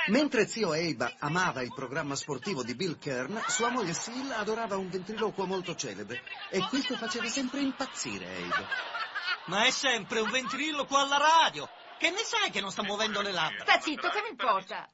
Mentre zio Abe amava il programma sportivo di Bill Kern, sua moglie Sil adorava un ventriloquo molto celebre. E questo faceva sempre impazzire Abe. Ma è sempre un ventriloquo alla radio. Che ne sai che non sta muovendo le labbra? Sta zitto, che mi importa?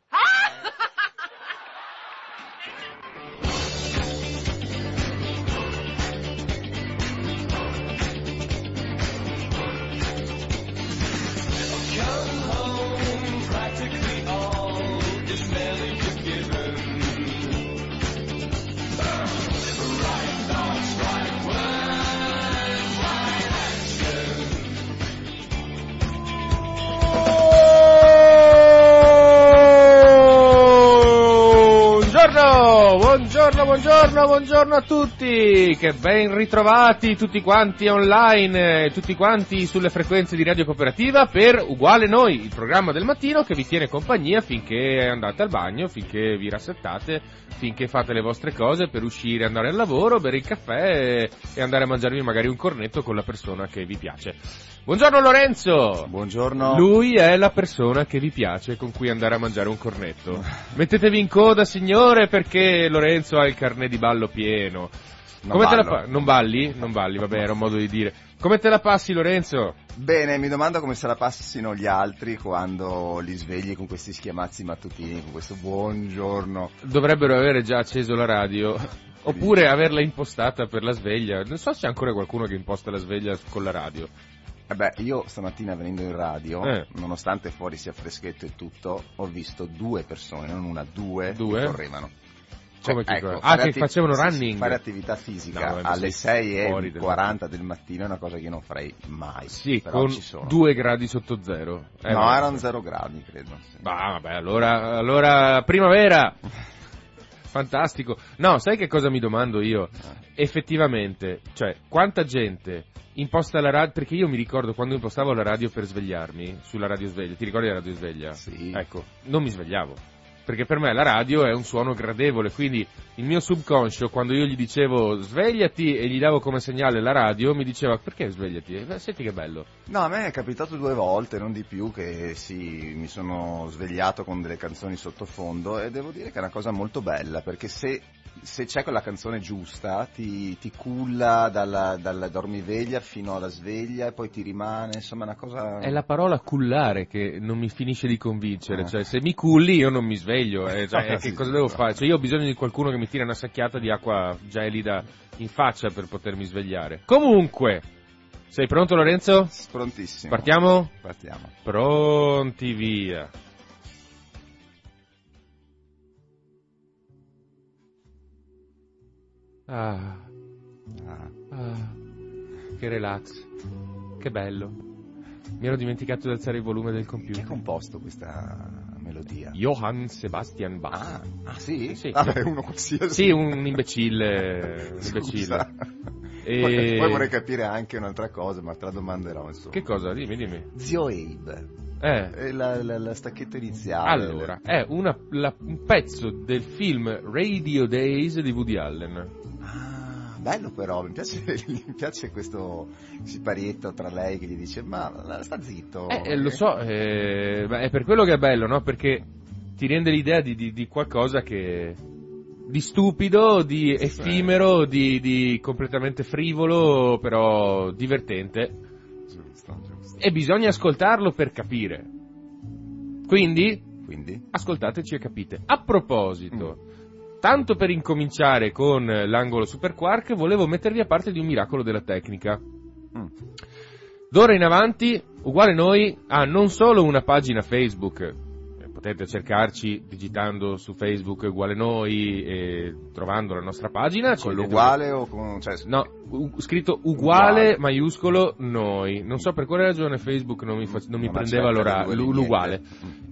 Buongiorno a tutti, che ben ritrovati tutti quanti online, tutti quanti sulle frequenze di Radio Cooperativa per Uguale Noi, il programma del mattino che vi tiene compagnia finché andate al bagno, finché vi rassettate, finché fate le vostre cose per uscire, andare al lavoro, bere il caffè e andare a mangiarvi magari un cornetto con la persona che vi piace. Buongiorno Lorenzo! Buongiorno. Lui è la persona che vi piace con cui andare a mangiare un cornetto. Mettetevi in coda, signore, perché Lorenzo ha il carnet di ballo pieno. Come te la non balli? Non balli, vabbè, era un modo di dire. Come te la passi, Lorenzo? Bene, mi domando come se la passino gli altri quando li svegli con questi schiamazzi mattutini, con questo buongiorno. Dovrebbero avere già acceso la radio, oppure averla impostata per la sveglia. Non so se c'è ancora qualcuno che imposta la sveglia con la radio. Io stamattina venendo in radio, nonostante fuori sia freschetto e tutto, ho visto due persone, non una, due? Che correvano. Come che facevano running? Fare attività fisica alle 6:40 del mattino è una cosa che io non farei mai. Sì, però con ci sono. 2 gradi sotto zero. No, erano 0 gradi, credo. Sì. Vabbè, allora primavera! Fantastico. No, sai che cosa mi domando io? Effettivamente, cioè, quanta gente imposta la radio, perché io mi ricordo quando impostavo la radio per svegliarmi, sulla radio sveglia, ti ricordi la radio sveglia? Sì. Ecco, non mi svegliavo, perché per me la radio è un suono gradevole, quindi il mio subconscio, quando io gli dicevo svegliati e gli davo come segnale la radio, mi diceva perché svegliati? Senti che bello. No, a me è capitato 2 volte, non di più, che sì, mi sono svegliato con delle canzoni sottofondo e devo dire che è una cosa molto bella, perché se c'è quella canzone giusta ti culla dalla dormiveglia fino alla sveglia e poi ti rimane, insomma, una cosa... È la parola cullare che non mi finisce di convincere, cioè se mi culli io non mi sveglio, che cosa devo fare? Cioè io ho bisogno di qualcuno che mi tira una sacchiata di acqua gelida in faccia per potermi svegliare. Comunque, sei pronto Lorenzo? Prontissimo. Partiamo? Partiamo. Pronti, via. Che relax, che bello. Mi ero dimenticato di alzare il volume del computer. Chi ha composto questa melodia? Johann Sebastian Bach. Sì? Sì. Vabbè, uno qualsiasi. Sì, un imbecille. Poi vorrei capire anche un'altra cosa, ma te la domanderò, insomma. Che cosa? Dimmi. Zio Abe. La stacchetta iniziale. Allora, è un pezzo del film Radio Days di Woody Allen. Bello però, mi piace questo siparietto tra lei che gli dice ma sta zitto. Lo so, è per quello che è bello, no? Perché ti rende l'idea di qualcosa che... di stupido, di effimero, di completamente frivolo, però divertente. Giusto. E bisogna ascoltarlo per capire. Quindi? Ascoltateci e capite. A proposito... Tanto per incominciare con l'angolo Super Quark, volevo mettervi a parte di un miracolo della tecnica. D'ora in avanti, Uguale Noi ha non solo una pagina Facebook, potete cercarci digitando su Facebook Uguale Noi e trovando la nostra pagina. Con l'uguale o con... Cioè... No, scritto uguale maiuscolo Noi. Non so per quale ragione Facebook non mi prendeva l'uguale.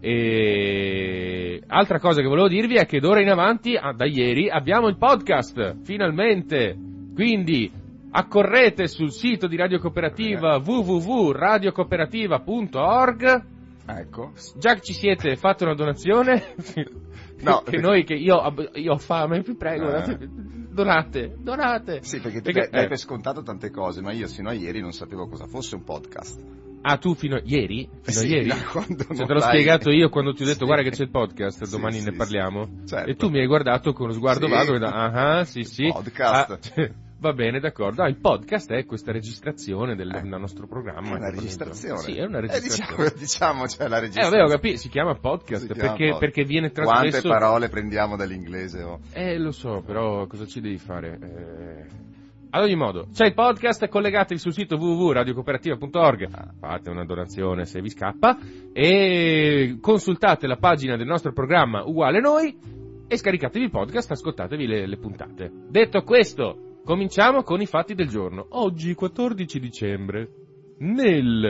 E altra cosa che volevo dirvi è che d'ora in avanti, da ieri, abbiamo il podcast, finalmente. Quindi accorrete sul sito di Radio Cooperativa www.radiocooperativa.org. Ecco. Già che ci siete, fate una donazione. No, che io ho fame, vi prego, donate. Sì, perché dai per scontato tante cose, ma io sino a ieri non sapevo cosa fosse un podcast. Ah, tu fino a ieri? Fino a Sì, ieri? da quando Te non l'ho l'hai- spiegato io quando ti ho detto Sì. guarda che c'è il podcast, Sì, domani ne sì, parliamo. certo. E tu mi hai guardato con uno sguardo Sì. vago e da, sì, sì. Podcast. Va bene, d'accordo. Il podcast è questa registrazione del nostro programma. È una registrazione. Sì, è una registrazione. Diciamo, c'è la registrazione. Vabbè, ho capito, si chiama podcast Si chiama perché, podcast. perché viene Quante trasmesso... parole prendiamo dall'inglese? Oh. Lo so, però cosa ci devi fare? Ad ogni modo, c'è il podcast, collegatevi sul sito www.radiocooperativa.org, fate una donazione se vi scappa, e consultate la pagina del nostro programma Uguale Noi, e scaricatevi il podcast, ascoltatevi le puntate. Detto questo, cominciamo con i fatti del giorno. Oggi, 14 dicembre, nel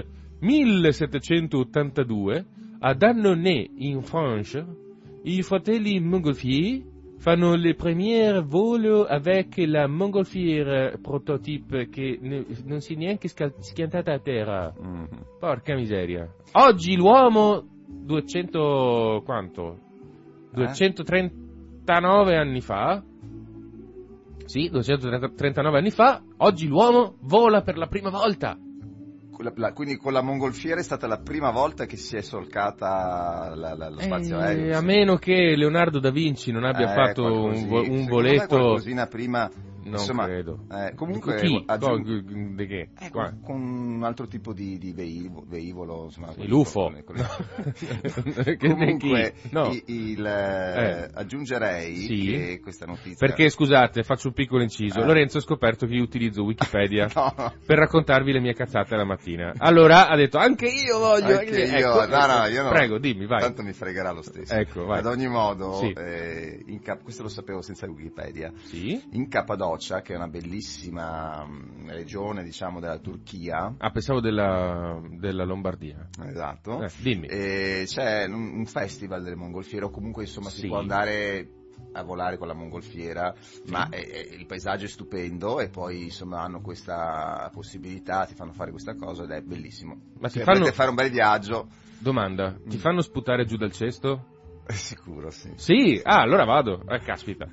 1782, ad Annonay, in Francia, i fratelli Montgolfier fanno le premiere volo avec la Montgolfier prototype che non si è neanche schiantata a terra. Porca miseria. Oggi l'uomo 239 anni fa. Sì, 239 anni fa, oggi l'uomo vola per la prima volta. Quindi con la mongolfiera è stata la prima volta che si è solcata lo spazio aereo. A meno che Leonardo da Vinci non abbia fatto un voletto... qualcosina prima... Non insomma, credo. Comunque Chi? di che? con un altro tipo di velivolo, insomma, l'UFO. Comunque No. aggiungerei che questa notizia, perché scusate, faccio un piccolo inciso. Lorenzo ha scoperto che io utilizzo Wikipedia per raccontarvi le mie cazzate la mattina. Allora ha detto anche io voglio. Io no. Prego, dimmi, vai. Tanto mi fregherà lo stesso. Ecco, vai. Ad ogni modo, Sì. questo lo sapevo senza Wikipedia. Sì. In Cappadocia, che è una bellissima regione, diciamo, della Turchia. Ah, pensavo della Lombardia. Esatto. Dimmi. C'è un festival delle mongolfiere, o comunque insomma si può andare a volare con la mongolfiera, ma il paesaggio è stupendo e poi insomma hanno questa possibilità, ti fanno fare questa cosa ed è bellissimo. Ma se volete fare un bel viaggio. Domanda, ti fanno sputare giù dal cesto? Sicuro, sì. Sì? Ah, allora vado. Caspita.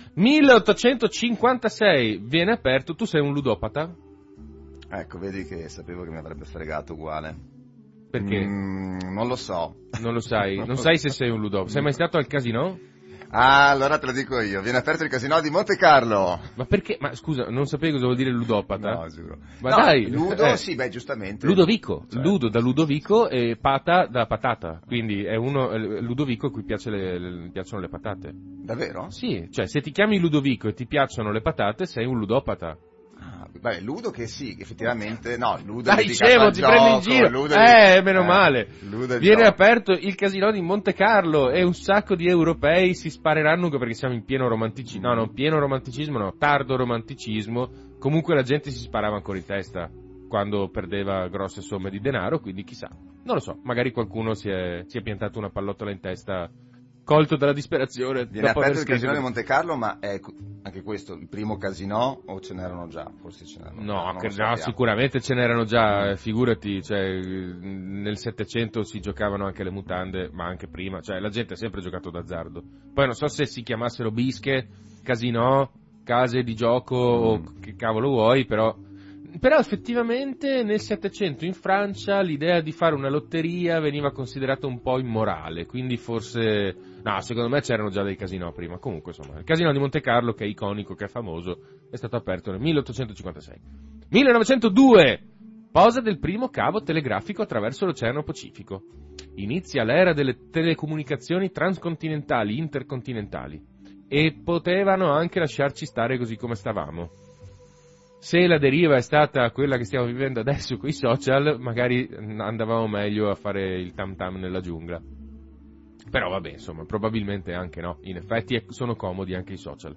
1856 viene aperto, tu sei un ludopata? Ecco, vedi che sapevo che mi avrebbe fregato uguale. Perché? Non lo so. Non lo sai? Non sai se sei un ludopata? Sei mai stato al casino? Ah, allora te lo dico io. Viene aperto il casino di Monte Carlo. Ma perché? Ma scusa, non sapevi cosa vuol dire ludopata? No, giuro. Ma dai! Ludo, sì, beh, giustamente. Ludovico. Certo. Ludo da Ludovico e pata da patata. Quindi è Ludovico a cui piacciono le patate. Davvero? Sì, cioè se ti chiami Ludovico e ti piacciono le patate sei un ludopata. Beh, Ludo che sì, effettivamente, no, Ludo dai, scemo, ti prendi in giro. Meno male. Viene aperto il casino di Monte Carlo e un sacco di europei si spareranno perché siamo in pieno romanticismo. No, non pieno romanticismo, no, tardo romanticismo. Comunque la gente si sparava ancora in testa quando perdeva grosse somme di denaro, quindi chissà. Non lo so, magari qualcuno si è piantato una pallottola in testa, colto dalla disperazione. Viene aperto il casino di Monte Carlo, ma è anche questo il primo casino o ce n'erano già? Forse ce n'erano già. No, sicuramente ce n'erano già, figurati, cioè, nel Settecento si giocavano anche le mutande, ma anche prima, cioè la gente ha sempre giocato d'azzardo. Poi non so se si chiamassero bische, casino, case di gioco o che cavolo vuoi, però effettivamente nel Settecento in Francia l'idea di fare una lotteria veniva considerata un po' immorale, quindi forse... No, secondo me c'erano già dei casinò prima. Comunque, insomma, il casino di Monte Carlo, che è iconico, che è famoso, è stato aperto nel 1856. 1902! Posa del primo cavo telegrafico attraverso l'Oceano Pacifico. Inizia l'era delle telecomunicazioni transcontinentali, intercontinentali. E potevano anche lasciarci stare così come stavamo. Se la deriva è stata quella che stiamo vivendo adesso con i social, magari andavamo meglio a fare il tam tam nella giungla. Però vabbè, insomma, probabilmente anche no. In effetti sono comodi anche i social.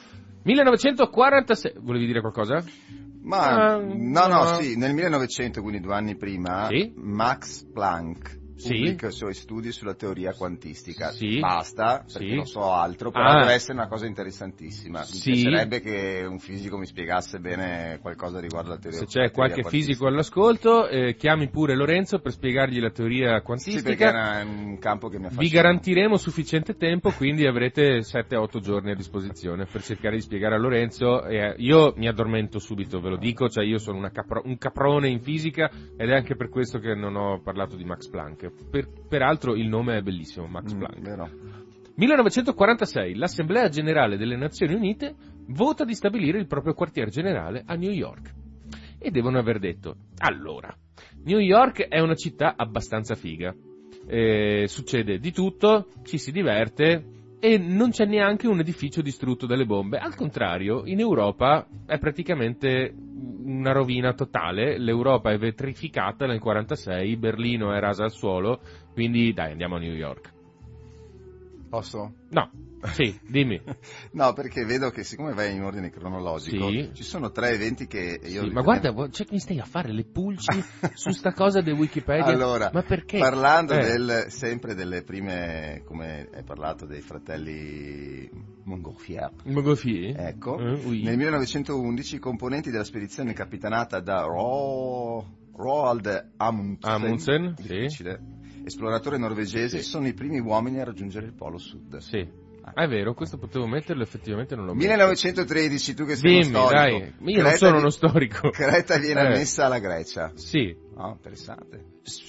1946, volevi dire qualcosa? Ma no, sì, nel 1900, quindi 2 anni prima, sì? Max Planck, pubblica i suoi studi sulla teoria quantistica. Sì. Basta, perché Sì. non so altro, però deve essere una cosa interessantissima. Mi Sì. piacerebbe che un fisico mi spiegasse bene qualcosa riguardo la teoria. Se c'è qualche fisico all'ascolto, chiami pure Lorenzo per spiegargli la teoria quantistica. Sì, perché è un campo che mi affascina. Vi garantiremo sufficiente tempo, quindi avrete 7-8 giorni a disposizione per cercare di spiegare a Lorenzo. Io mi addormento subito, ve lo dico, cioè io sono un caprone in fisica ed è anche per questo che non ho parlato di Max Planck. Peraltro il nome è bellissimo, Max Planck. Vero. 1946, l'Assemblea Generale delle Nazioni Unite vota di stabilire il proprio quartier generale a New York. E devono aver detto, allora, New York è una città abbastanza figa, succede di tutto, ci si diverte e non c'è neanche un edificio distrutto dalle bombe. Al contrario, in Europa è praticamente una rovina totale, l'Europa è vetrificata nel 1946, Berlino è rasa al suolo, quindi dai, andiamo a New York. Posso? No, sì, dimmi. No, perché vedo che siccome vai in ordine cronologico, Sì. ci sono 3 eventi che io... Sì, ma guarda, cioè, mi stai a fare le pulci su sta cosa di Wikipedia? Allora, ma perché? Parlando sempre delle prime, come hai parlato dei fratelli Montgolfier. Montgolfier? Ecco, Oui. nel 1911 i componenti della spedizione capitanata da Roald Amundsen, difficile, esploratore norvegese, sono i primi uomini a raggiungere il polo sud. Sì. È vero, questo potevo metterlo, effettivamente non l'ho messo. 1913, tu che sei uno storico. Dai, io non sono uno storico. Creta viene annessa alla Grecia. Sì. Oh, interessante.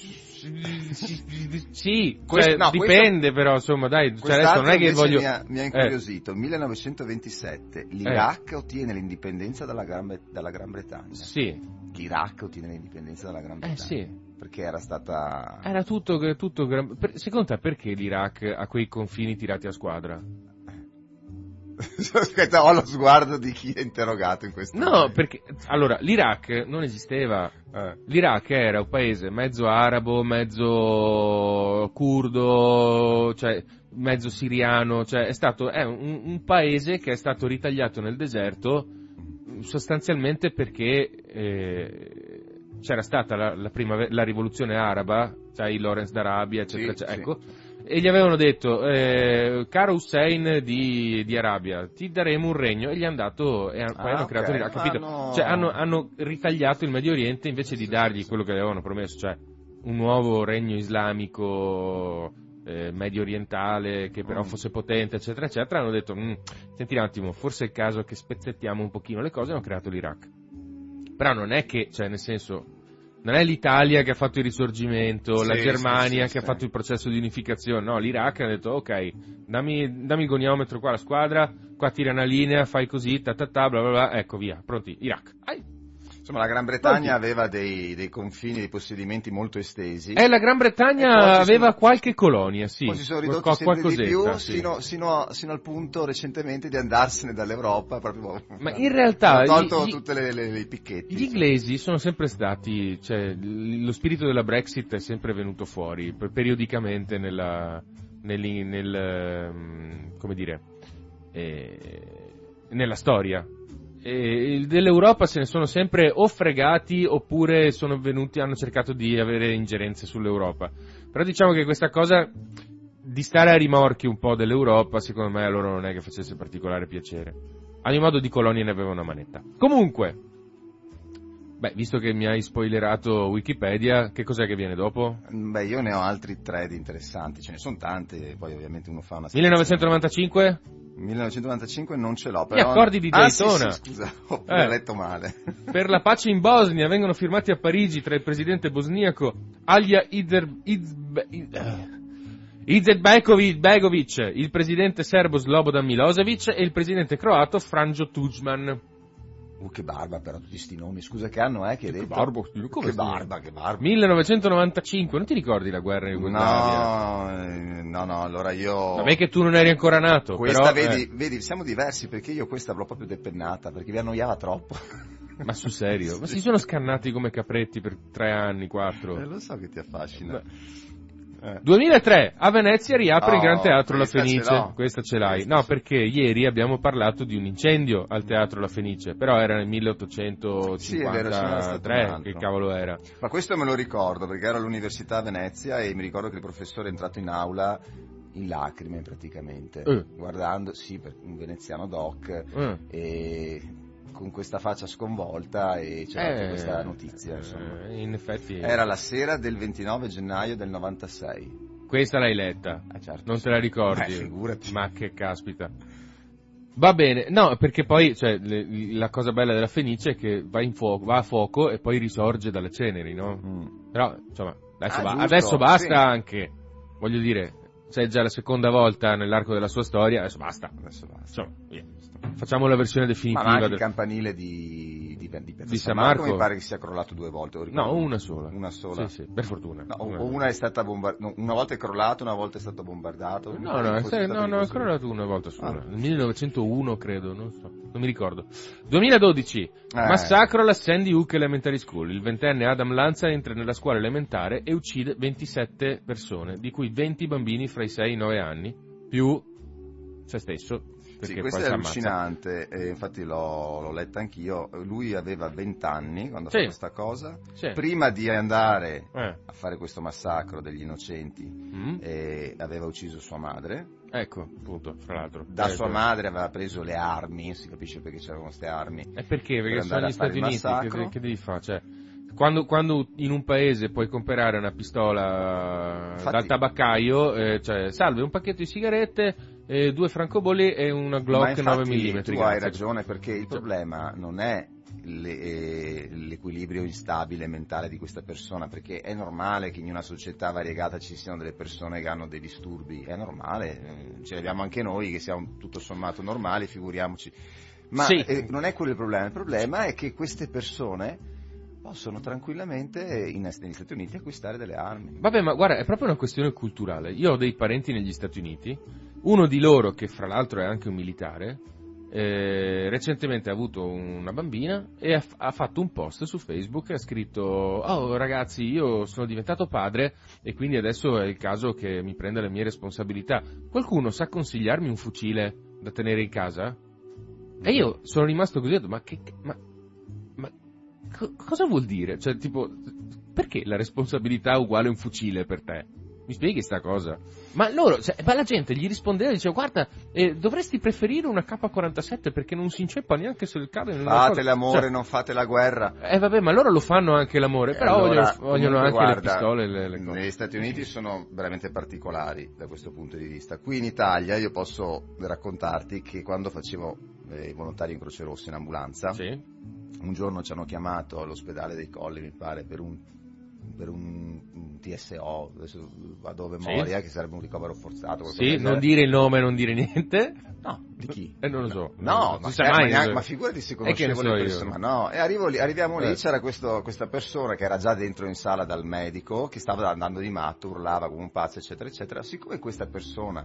Sì, dipende però, insomma, dai, cioè adesso non è che voglio... mi ha incuriosito. 1927, l'Iraq ottiene l'indipendenza dalla Gran Bretagna. Sì. L'Iraq ottiene l'indipendenza dalla Gran Bretagna. Sì. Perché era stata... Era tutto secondo te perché l'Iraq ha quei confini tirati a squadra? Aspetta, ho lo sguardo di chi è interrogato in questo momento. No, perché, allora, l'Iraq non esisteva. L'Iraq era un paese mezzo arabo, mezzo curdo, cioè mezzo siriano, cioè è un paese che è stato ritagliato nel deserto sostanzialmente perché c'era stata la rivoluzione araba, cioè il Lawrence d'Arabia, eccetera, sì, eccetera, ecco. Sì. E gli avevano detto, caro Hussein di Arabia, ti daremo un regno, e gli hanno dato, e poi hanno creato l'Iraq, capito? Cioè hanno ritagliato il Medio Oriente invece di dargli quello che avevano promesso, cioè un nuovo regno islamico medio orientale che però fosse potente, eccetera, eccetera. Hanno detto, senti un attimo, forse è il caso che spezzettiamo un pochino le cose, e hanno creato l'Iraq. Però non è che, cioè nel senso... Non è l'Italia che ha fatto il risorgimento, la Germania che ha fatto il processo di unificazione, no, l'Iraq ha detto ok, dammi il goniometro qua, la squadra, qua tira una linea, fai così, bla bla bla, ecco via, pronti, Iraq. Insomma, la Gran Bretagna aveva dei confini, dei possedimenti molto estesi. La Gran Bretagna aveva qualche colonia, sì. Poi si sono ridotti sempre di più, sino al punto recentemente di andarsene dall'Europa, proprio. Ma in realtà... Hanno tolto tutte i picchetti. Gli inglesi sono sempre stati, cioè, lo spirito della Brexit è sempre venuto fuori, periodicamente come dire, nella storia. Dell'Europa se ne sono sempre o fregati oppure hanno cercato di avere ingerenze sull'Europa. Però diciamo che questa cosa di stare a rimorchi un po' dell'Europa, secondo me a loro non è che facesse particolare piacere. Ad ogni modo di colonie ne aveva una manetta. Comunque, visto che mi hai spoilerato Wikipedia, che cos'è che viene dopo? Io ne ho altri 3 di interessanti, ce ne sono tante, poi ovviamente uno fa una... 1995? 1995 non ce l'ho, però... Gli accordi di Daytona. Sì, scusa, ho letto male. Per la pace in Bosnia vengono firmati a Parigi tra il presidente bosniaco Alija Izetbegovic, il presidente serbo Slobodan Milosevic e il presidente croato Franjo Tudjman. Che barba però tutti sti nomi, scusa, che anno è che hai detto? Che barba. 1995, non ti ricordi la guerra in Jugoslavia? No, allora io... Vabbè che tu non eri ancora nato, questa, però... Vedi, siamo diversi perché io questa l'avrò proprio depennata, perché vi annoiava troppo. Ma sul serio? Ma si sono scannati come capretti per 3 anni, 4? Lo so che ti affascina. 2003, a Venezia riapre il Gran Teatro La questa Fenice. Questa ce l'hai. No, perché ieri abbiamo parlato di un incendio al Teatro La Fenice, però era nel 1853, Sì, è vero, ce n'era stato un altro. che cavolo era? Ma questo me lo ricordo, perché ero all'Università a Venezia e mi ricordo che il professore è entrato in aula in lacrime praticamente, guardando, sì, per un veneziano doc, e con questa faccia sconvolta, e c'era questa notizia, insomma. In effetti Era la sera del 29 gennaio del 96. Questa l'hai letta, Certo, non sì. te la ricordi? Figurati. Ma che caspita. Va bene, no, perché poi cioè, la cosa bella della Fenice è che va a fuoco e poi risorge dalle ceneri, no? Però, insomma, adesso basta, sì. Anche, voglio dire, se è già la seconda volta nell'arco della sua storia, adesso basta. Insomma, via. Facciamo la versione definitiva. Ma anche il campanile di San Marco mi pare che sia crollato 2 volte. No, una sola. Una sola? Sì, per fortuna. No, una è stata bombardata, una volta è crollato, una volta è stato bombardato. No, è crollato una volta sola. Nel 1901 credo, non so, non mi ricordo. 2012, massacro alla Sandy Hook Elementary School. Il 20enne Adam Lanza entra nella scuola elementare e uccide 27 persone, di cui 20 bambini fra i 6 e i 9 anni, più se stesso. Sì, questo è allucinante, infatti l'ho letta anch'io. Lui aveva 20 anni quando ha fatto questa cosa, prima di andare a fare questo massacro degli innocenti, aveva ucciso sua madre. Ecco, appunto, fra l'altro. Da sua madre aveva preso le armi, si capisce perché c'erano queste armi. E perché? Perché sono gli Stati Uniti, che devi fare? Cioè, quando in un paese puoi comprare una pistola dal tabaccaio, cioè, salve, un pacchetto di sigarette, 2 francobolli e una Glock 9 mm. Tu hai ragione, perché il problema non è l'equilibrio instabile mentale di questa persona, perché è normale che in una società variegata ci siano delle persone che hanno dei disturbi, è normale, ce li abbiamo anche noi che siamo tutto sommato normali, figuriamoci. Ma non è quello il problema è che queste persone possono tranquillamente negli Stati Uniti acquistare delle armi. Vabbè, ma guarda, è proprio una questione culturale. Io ho dei parenti negli Stati Uniti, uno di loro, che fra l'altro è anche un militare, recentemente ha avuto una bambina e ha fatto un post su Facebook e ha scritto: oh ragazzi, io sono diventato padre e quindi adesso è il caso che mi prenda le mie responsabilità. Qualcuno sa consigliarmi un fucile da tenere in casa? E io sono rimasto così, ma cosa vuol dire? Cioè, tipo, perché la responsabilità è uguale a un fucile per te? Mi spieghi sta cosa? Ma loro, ma la gente gli rispondeva e diceva: guarda, dovresti preferire una K47 perché non si inceppa neanche se il cavo. Fate l'amore, non fate la guerra. Vabbè, ma loro lo fanno anche l'amore, però allora, vogliono anche le pistole. Le cose. Negli Stati Uniti sono veramente particolari da questo punto di vista. Qui in Italia io posso raccontarti che quando facevo i volontari in Croce Rossa in ambulanza, un giorno ci hanno chiamato all'ospedale dei Colli, mi pare, per un TSO, adesso a dove Moria, che sarebbe un ricovero forzato. Sì, non dire il nome, non dire niente. No, di chi? Non lo so. No, ma figurati se conoscevo le persone. Ma no, e arriviamo lì, c'era questa persona che era già dentro in sala dal medico, che stava andando di matto, urlava come un pazzo, eccetera, eccetera. Siccome questa persona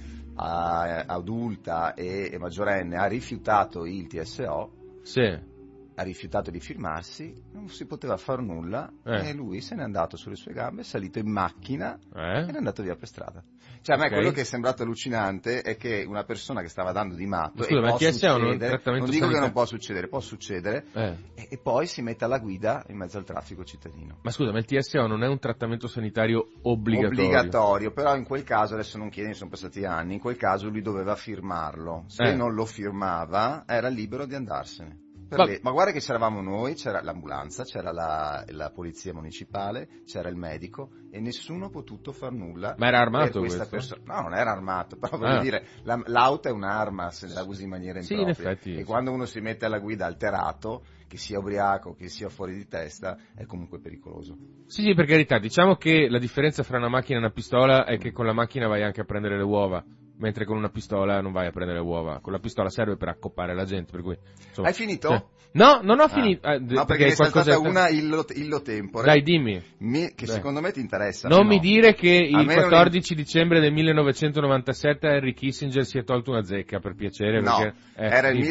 adulta e maggiorenne ha rifiutato il TSO, ha rifiutato di firmarsi, non si poteva far nulla, e lui se n'è andato sulle sue gambe, è salito in macchina ed è andato via per strada. Cioè, a me quello che è sembrato allucinante è che una persona che stava dando di matto, scusa, e può succedere, non dico che non può succedere, e poi si mette alla guida in mezzo al traffico cittadino. Ma scusa, ma il TSO non è un trattamento sanitario obbligatorio? Però in quel caso, adesso non chiedi, sono passati anni, in quel caso lui doveva firmarlo. Se non lo firmava, era libero di andarsene. Ma guarda che c'eravamo noi, c'era l'ambulanza, c'era la polizia municipale, c'era il medico e nessuno ha potuto far nulla. Ma era armato questa persona? No, non era armato, però voglio dire, l'auto è un'arma se la usi in maniera impropria. In effetti, e quando uno si mette alla guida alterato, che sia ubriaco, che sia fuori di testa, è comunque pericoloso. Sì, per carità, diciamo che la differenza fra una macchina e una pistola è che con la macchina vai anche a prendere le uova, mentre con una pistola non vai a prendere le uova. Con la pistola serve per accoppare la gente, per cui... Insomma, hai finito? No, non ho finito. No, perché ne è saltata una illo tempore. Dai, dimmi. Che secondo me ti interessa. Non mi dire che il 14 dicembre del 1997 Henry Kissinger si è tolto una zecca, per piacere. No, perché, era il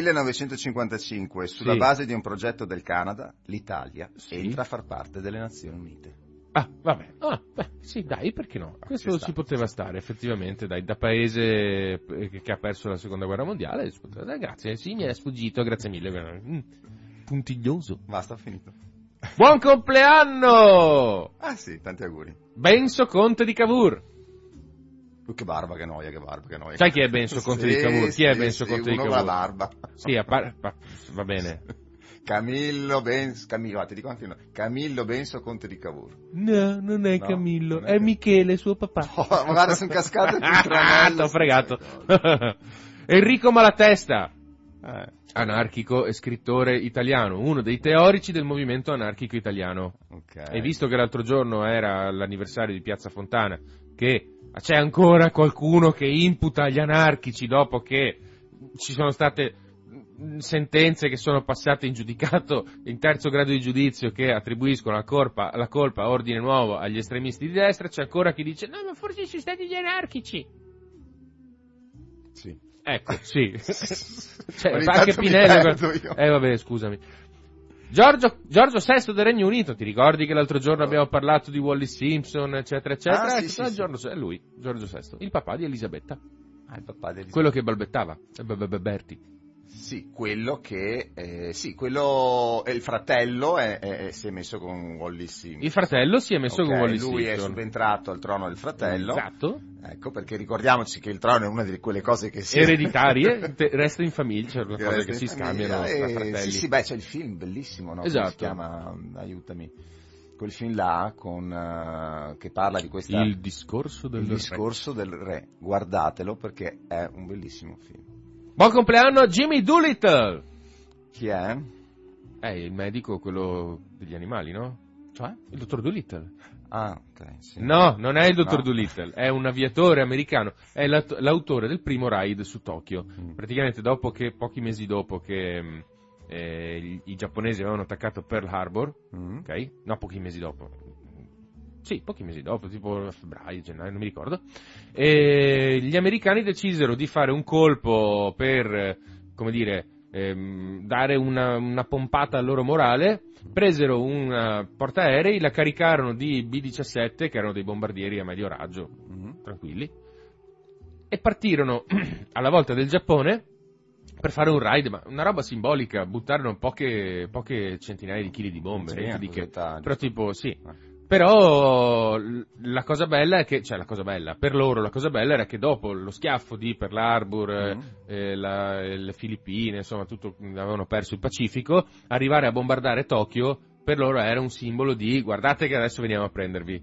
1955. Sulla base di un progetto del Canada, l'Italia entra a far parte delle Nazioni Unite. Ah, vabbè. Sì, dai, perché no? Questo ci poteva stare, effettivamente, dai, da paese che ha perso la seconda guerra mondiale, ci poteva dare. Grazie, sì, mi è sfuggito, grazie mille. Puntiglioso. Basta, ho finito. Buon compleanno! Ah sì, tanti auguri. Benso Conte di Cavour. Che barba, che noia. Sai chi è Benso Conte di Cavour? Chi è Benso Conte di Cavour? Cavour? Uno con la barba. Sì, va bene. Camillo, ti dico anche no. Camillo Benso Conte di Cavour. No, non è No, Camillo, non è è Michele, suo papà. Oh, guarda, sono cascato il tranello. T'ho fregato. Enrico Malatesta, anarchico e scrittore italiano, uno dei teorici del movimento anarchico italiano. Okay. E visto che l'altro giorno era l'anniversario di Piazza Fontana, che c'è ancora qualcuno che imputa agli anarchici dopo che ci sono state sentenze che sono passate in giudicato in terzo grado di giudizio che attribuiscono la colpa a Ordine Nuovo agli estremisti di destra, c'è ancora chi dice no, ma forse ci sono stati gli anarchici. Sì. Ecco, sì. Cioè, Ogni anche tanto mi Pinelli. perdo io. Vabbè, scusami. Giorgio VI del Regno Unito, ti ricordi che l'altro giorno abbiamo parlato di Wallis Simpson, eccetera, eccetera? Sì. È lui, Giorgio VI, il papà di Elisabetta. Il papà di Elisabetta. Quello che balbettava, Berti. Sì, quello è il fratello si è messo con Wallis Simpson. Il fratello si è messo con Wallis Simpson. Lui è subentrato al trono del fratello. Esatto. Ecco, perché ricordiamoci che il trono è una di quelle cose che si... ereditarie, resta in famiglia, cioè una cosa che si scambiano tra fratelli. Sì, c'è il film bellissimo, no? Esatto. Come si chiama? Aiutami. Quel film là che parla di questa... Il discorso del re. Guardatelo perché è un bellissimo film. Buon compleanno Jimmy Doolittle! Chi è? È il medico, quello degli animali, no? Cioè? Il dottor Doolittle. Ah, ok. Sì. No, non è il dottor Doolittle, è un aviatore americano, è l'autore del primo raid su Tokyo. Praticamente pochi mesi dopo che i giapponesi avevano attaccato Pearl Harbor, ok? No, pochi mesi dopo. Sì, pochi mesi dopo, tipo febbraio, gennaio, non mi ricordo. E gli americani decisero di fare un colpo per, come dire, dare una pompata al loro morale. Presero un portaerei, la caricarono di B-17, che erano dei bombardieri a medio raggio, tranquilli, e partirono alla volta del Giappone per fare un raid, ma una roba simbolica, buttarono poche centinaia di chili di bombe, però tipo, sì. Però la cosa bella è che, per loro la cosa bella era che dopo lo schiaffo di Pearl Harbor, le Filippine, insomma tutto, avevano perso il Pacifico, arrivare a bombardare Tokyo per loro era un simbolo di guardate che adesso veniamo a prendervi.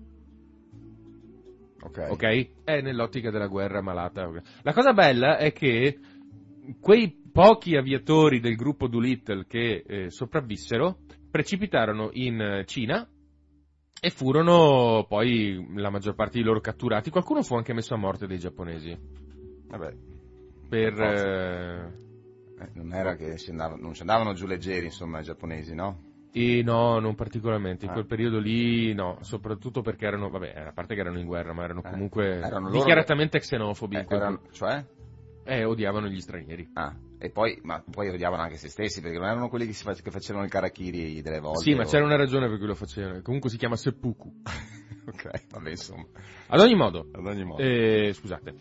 Ok? È nell'ottica della guerra malata. Okay. La cosa bella è che quei pochi aviatori del gruppo Doolittle che sopravvissero precipitarono in Cina e furono poi la maggior parte di loro catturati. Qualcuno fu anche messo a morte dai giapponesi. Vabbè. Non era che non ci andavano giù leggeri, insomma, i giapponesi, no? E no, non particolarmente. In quel periodo lì, no. Soprattutto perché erano, a parte che erano in guerra, ma erano comunque dichiaratamente xenofobi. Cioè? Odiavano gli stranieri. E poi odiavano anche se stessi, perché non erano quelli che facevano il karakiri delle volte. Sì, ma c'era una ragione per cui lo facevano. Comunque si chiama seppuku. Ok, vabbè, insomma. Ad ogni modo. Scusate.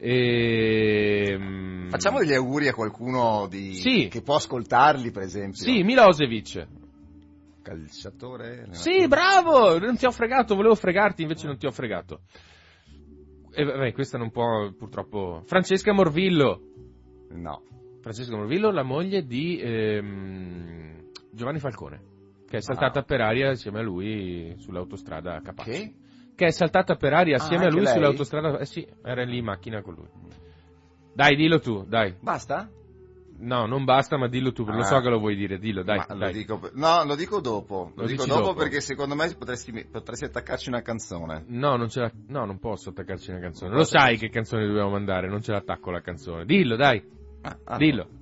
Facciamo degli auguri a qualcuno che può ascoltarli, per esempio. Sì, Milosevic. Calciatore? Sì, bravo! Non ti ho fregato, volevo fregarti, invece non ti ho fregato. Questa non può, purtroppo... Francesca Morvillo. No. Francesca Morvillo, la moglie di Giovanni Falcone, che è saltata per aria assieme a lui sull'autostrada a Capaci. Che è saltata per aria assieme a lui sull'autostrada... sì, era lì in macchina con lui. Dai, dillo tu, dai. Basta? No, non basta, ma dillo tu, lo so che lo vuoi dire, dillo, dai. Lo dico dopo. Lo dico dopo perché secondo me potresti attaccarci una canzone. No, non posso attaccarci una canzone. Lo sai che canzone dobbiamo mandare, non ce l'attacco la canzone. Dillo, dai. Dillo.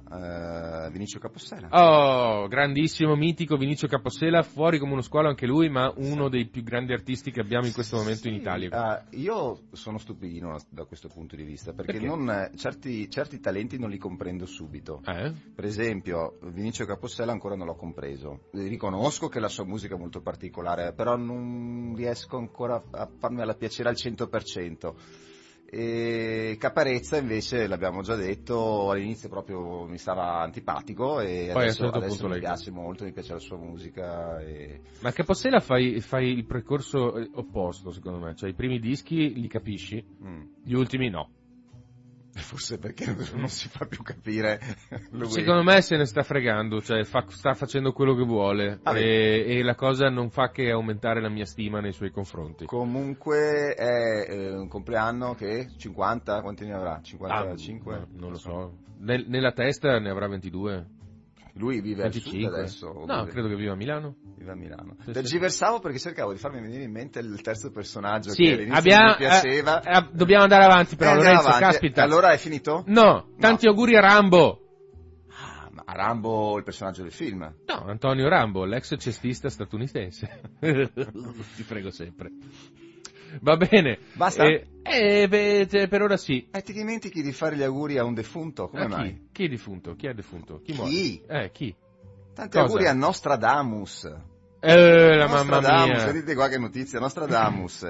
Vinicio Capossela. Oh, grandissimo, mitico Vinicio Capossela, fuori come uno squalo anche lui, ma uno dei più grandi artisti che abbiamo in questo momento in Italia. Io sono stupidino da questo punto di vista, perché? Certi talenti non li comprendo subito. Per esempio, Vinicio Capossela ancora non l'ho compreso. Riconosco che la sua musica è molto particolare, però non riesco ancora a farmela piacere al 100%. E Caparezza invece, l'abbiamo già detto, all'inizio proprio mi stava antipatico e poi adesso mi piace molto, mi piace la sua musica. Ma Capossela fai il percorso opposto secondo me, cioè i primi dischi li capisci, gli ultimi no. Forse perché non si fa più capire lui. Secondo me se ne sta fregando, cioè sta facendo quello che vuole e la cosa non fa che aumentare la mia stima nei suoi confronti. Comunque è un compleanno che 50, quanti ne avrà? 55? No, non lo so. Nella testa ne avrà 22. Lui vive 25. al sud adesso? No, credo che viva a Milano. Vive a Milano. Sì, Tergiversavo perché cercavo di farmi venire in mente il terzo personaggio sì, che all'inizio mi piaceva. Dobbiamo andare avanti però, Lorenzo, caspita. Allora è finito? No, tanti auguri a Rambo. Ma a Rambo il personaggio del film? No, Antonio Rambo, l'ex cestista statunitense. Ti prego sempre. Va bene. Basta? Per ora sì. Ti dimentichi di fare gli auguri a un defunto? Come mai? Chi è defunto? Chi è defunto? Chi muore? Chi? Tanti auguri a Nostradamus. Mamma mia. Vedete qua che notizia, Nostradamus.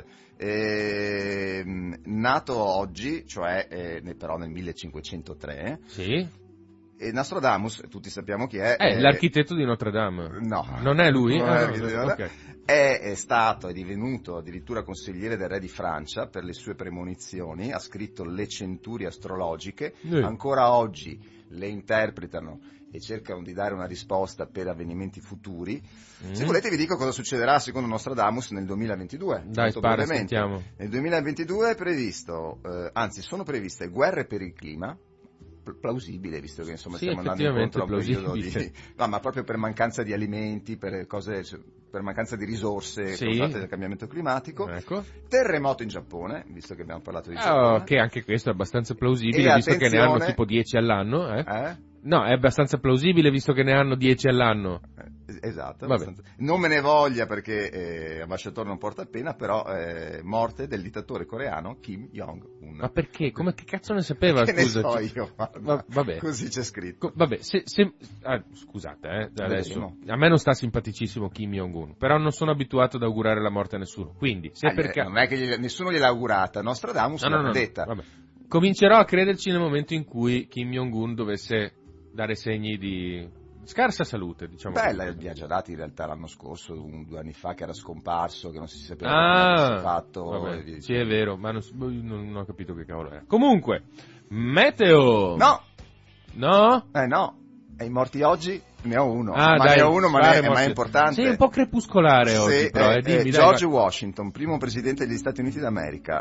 Nato oggi, cioè però nel 1503. Sì. E Nostradamus, tutti sappiamo chi è. L'architetto di Notre Dame. No. Non è lui? Okay. È divenuto addirittura consigliere del re di Francia per le sue premonizioni, ha scritto le centurie astrologiche, ancora oggi le interpretano e cercano di dare una risposta per avvenimenti futuri. Se volete vi dico cosa succederà secondo Nostradamus nel 2022. Dai, spara, sentiamo. Nel 2022 è previsto, anzi sono previste guerre per il clima, plausibile, visto che insomma stiamo andando incontro a un periodo ma proprio per mancanza di alimenti, per mancanza di risorse causate dal cambiamento climatico. Ecco. Terremoto in Giappone, visto che abbiamo parlato di Giappone. Che anche questo è abbastanza plausibile, visto che ne hanno tipo 10 all'anno. No, è abbastanza plausibile, visto che ne hanno 10 all'anno. Esatto. Non me ne voglia perché ambasciatore non porta pena, però morte del dittatore coreano Kim Jong-un. Ma perché? Come che cazzo ne sapeva? Che ne so io? Vabbè. Così c'è scritto. Vabbè, scusate, adesso a me non sta simpaticissimo Kim Jong-un, però non sono abituato ad augurare la morte a nessuno. Quindi, se non è che nessuno gliel'ha augurata, Nostradamus l'ha detta. Vabbè. Comincerò a crederci nel momento in cui Kim Jong-un dovesse dare segni di scarsa salute, diciamo. Li ha già dati in realtà l'anno scorso, 2 anni fa, che era scomparso, che non si sapeva come fosse fatto. Vabbè, sì, è vero, ma non ho capito che cavolo era. Comunque, meteo! No! No? No, e i morti oggi ne ho uno. Ne ho uno, ma è importante. Sei un po' crepuscolare oggi, però. Dimmi, George Washington, primo presidente degli Stati Uniti d'America,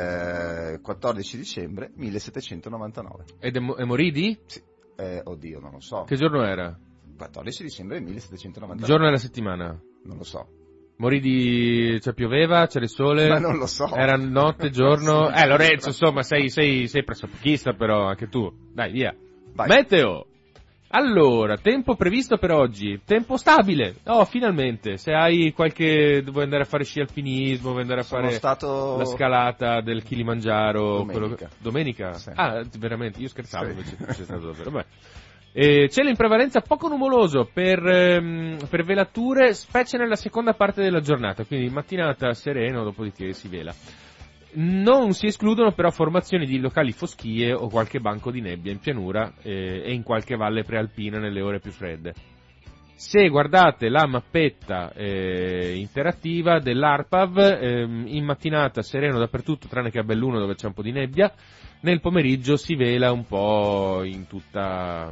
14 dicembre 1799. Ed è morì di? Sì. Oddio, non lo so. Che giorno era? 14 dicembre 1799. Giorno della settimana? Non lo so. Morì di... cioè pioveva, c'era il sole? Ma non lo so. Era notte, giorno? Lorenzo, insomma, sei pressopochista però, anche tu. Dai, via. Vai. Meteo! Allora, tempo previsto per oggi, tempo stabile. Oh, finalmente, se hai vuoi andare a fare sci alpinismo, vuoi andare a fare la scalata del Kilimangiaro. Domenica? Sì. Veramente, io scherzavo, invece c'è stato davvero. Beh. Cielo in prevalenza poco nuvoloso per velature, specie nella seconda parte della giornata, quindi mattinata sereno, dopodiché si vela. Non si escludono però formazioni di locali foschie o qualche banco di nebbia in pianura e in qualche valle prealpina nelle ore più fredde. Se guardate la mappetta interattiva dell'ARPAV, in mattinata sereno dappertutto tranne che a Belluno dove c'è un po' di nebbia, nel pomeriggio si vela un po' in tutta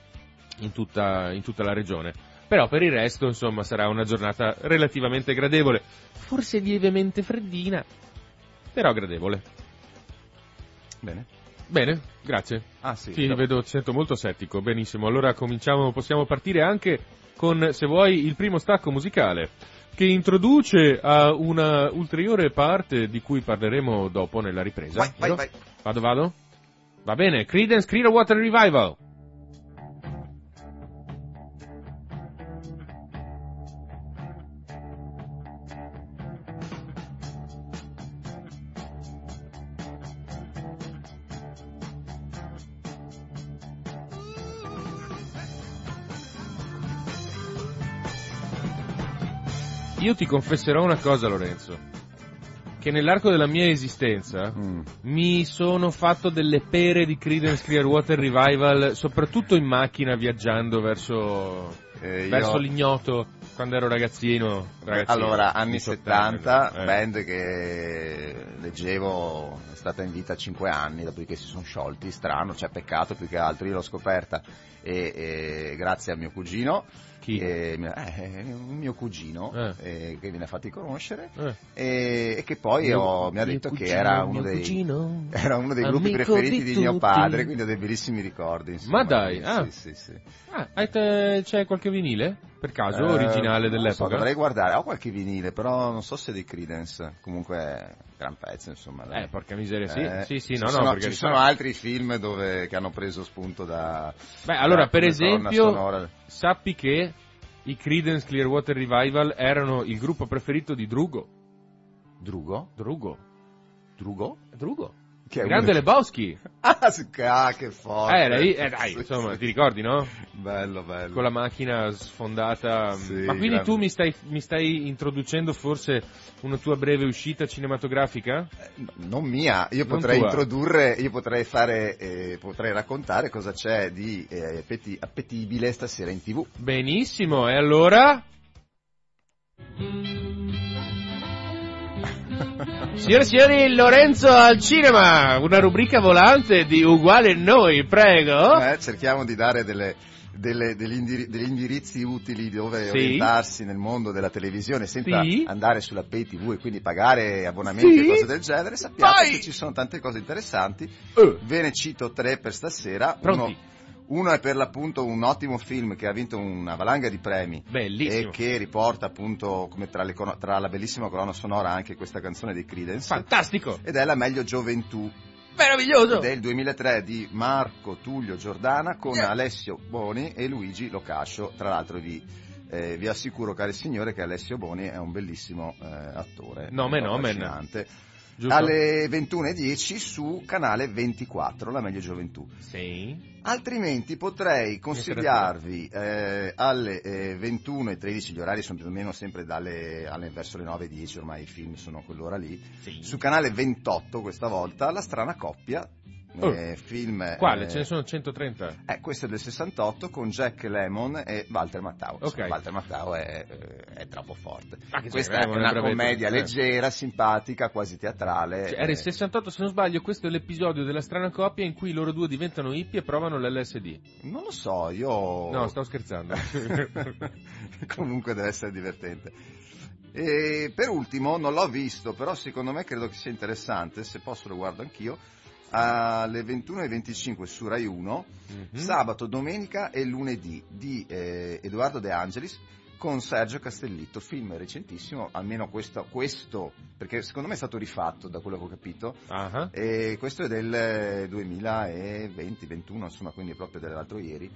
la regione. Però per il resto, insomma, sarà una giornata relativamente gradevole, forse lievemente freddina, però gradevole. Bene, grazie. Sì, ti sento molto settico. Benissimo, allora possiamo partire anche con, se vuoi, il primo stacco musicale, che introduce a una ulteriore parte di cui parleremo dopo nella ripresa. Vai. Vado? Va bene, Creedence Clearwater Revival. io ti confesserò una cosa, Lorenzo, che nell'arco della mia esistenza mi sono fatto delle pere di Creedence Clearwater Revival, soprattutto in macchina viaggiando verso l'ignoto quando ero ragazzino. Allora, anni 70, anni, band che leggevo è stata in vita 5 anni, dopodiché si sono sciolti, strano, cioè peccato più che altro, io l'ho scoperta e grazie a mio cugino. Chi? Un mio cugino che me ne ha fatti conoscere e che poi mi ha detto che era uno dei gruppi preferiti di mio padre, quindi ho dei bellissimi ricordi, insomma. Ma dai, sì. C'è qualche vinile? Per caso, originale dell'epoca? So, dovrei guardare, ho qualche vinile, però non so se dei Creedence, comunque gran pezzo, insomma. Porca miseria, sì, ci perché sono altri film che hanno preso spunto da... Beh, allora, per esempio, sappi che i Creedence Clearwater Revival erano il gruppo preferito di Drugo. Drugo? Che è Grande Lebowski. Che forte. Dai, insomma, ti ricordi, no? Bello. Con la macchina sfondata. Sì, ma quindi tu mi stai introducendo forse una tua breve uscita cinematografica? Non mia, io potrei potrei raccontare cosa c'è di appetibile stasera in TV. Benissimo, e allora? Signore e signori, Lorenzo al cinema, una rubrica volante di Uguale Noi, prego. Cerchiamo di dare degli indirizzi utili dove orientarsi nel mondo della televisione senza andare sulla Pay TV e quindi pagare abbonamenti e cose del genere. Sappiamo che ci sono tante cose interessanti. Ve ne cito 3 per stasera. Pronti? Uno è per l'appunto un ottimo film che ha vinto una valanga di premi. Bellissimo. E che riporta appunto come tra la bellissima colonna sonora anche questa canzone dei Creedence. Fantastico! Ed è La meglio gioventù. Meraviglioso! Del 2003 di Marco Tullio Giordana con Alessio Boni e Luigi Locascio. Tra l'altro vi assicuro, cari signore, che Alessio Boni è un bellissimo attore. Affascinante. Giusto. Alle 21:10 su canale 24, La meglio gioventù. Sì. Altrimenti potrei consigliarvi alle 21:13, gli orari sono più o meno sempre verso le 9:10, ormai i film sono a quell'ora lì, su canale 28 questa volta, La strana coppia. Film quale? Ce ne sono 130? Questo è del 68 con Jack Lemmon e Walter Matthau. Okay. Walter Matthau è troppo forte. Questa è una commedia leggera, simpatica, quasi teatrale. Era il 68, se non sbaglio. Questo è l'episodio della strana coppia in cui loro due diventano hippie e provano l'LSD. Non lo so, io... No, sto scherzando. Comunque deve essere divertente. E per ultimo, non l'ho visto, però secondo me credo che sia interessante, se posso lo guardo anch'io, alle 21:25 su Rai 1, sabato, domenica e lunedì di Edoardo De Angelis con Sergio Castellitto, film recentissimo, almeno questo perché secondo me è stato rifatto da quello che ho capito, e questo è del 2020-21, insomma, quindi proprio dell'altro ieri,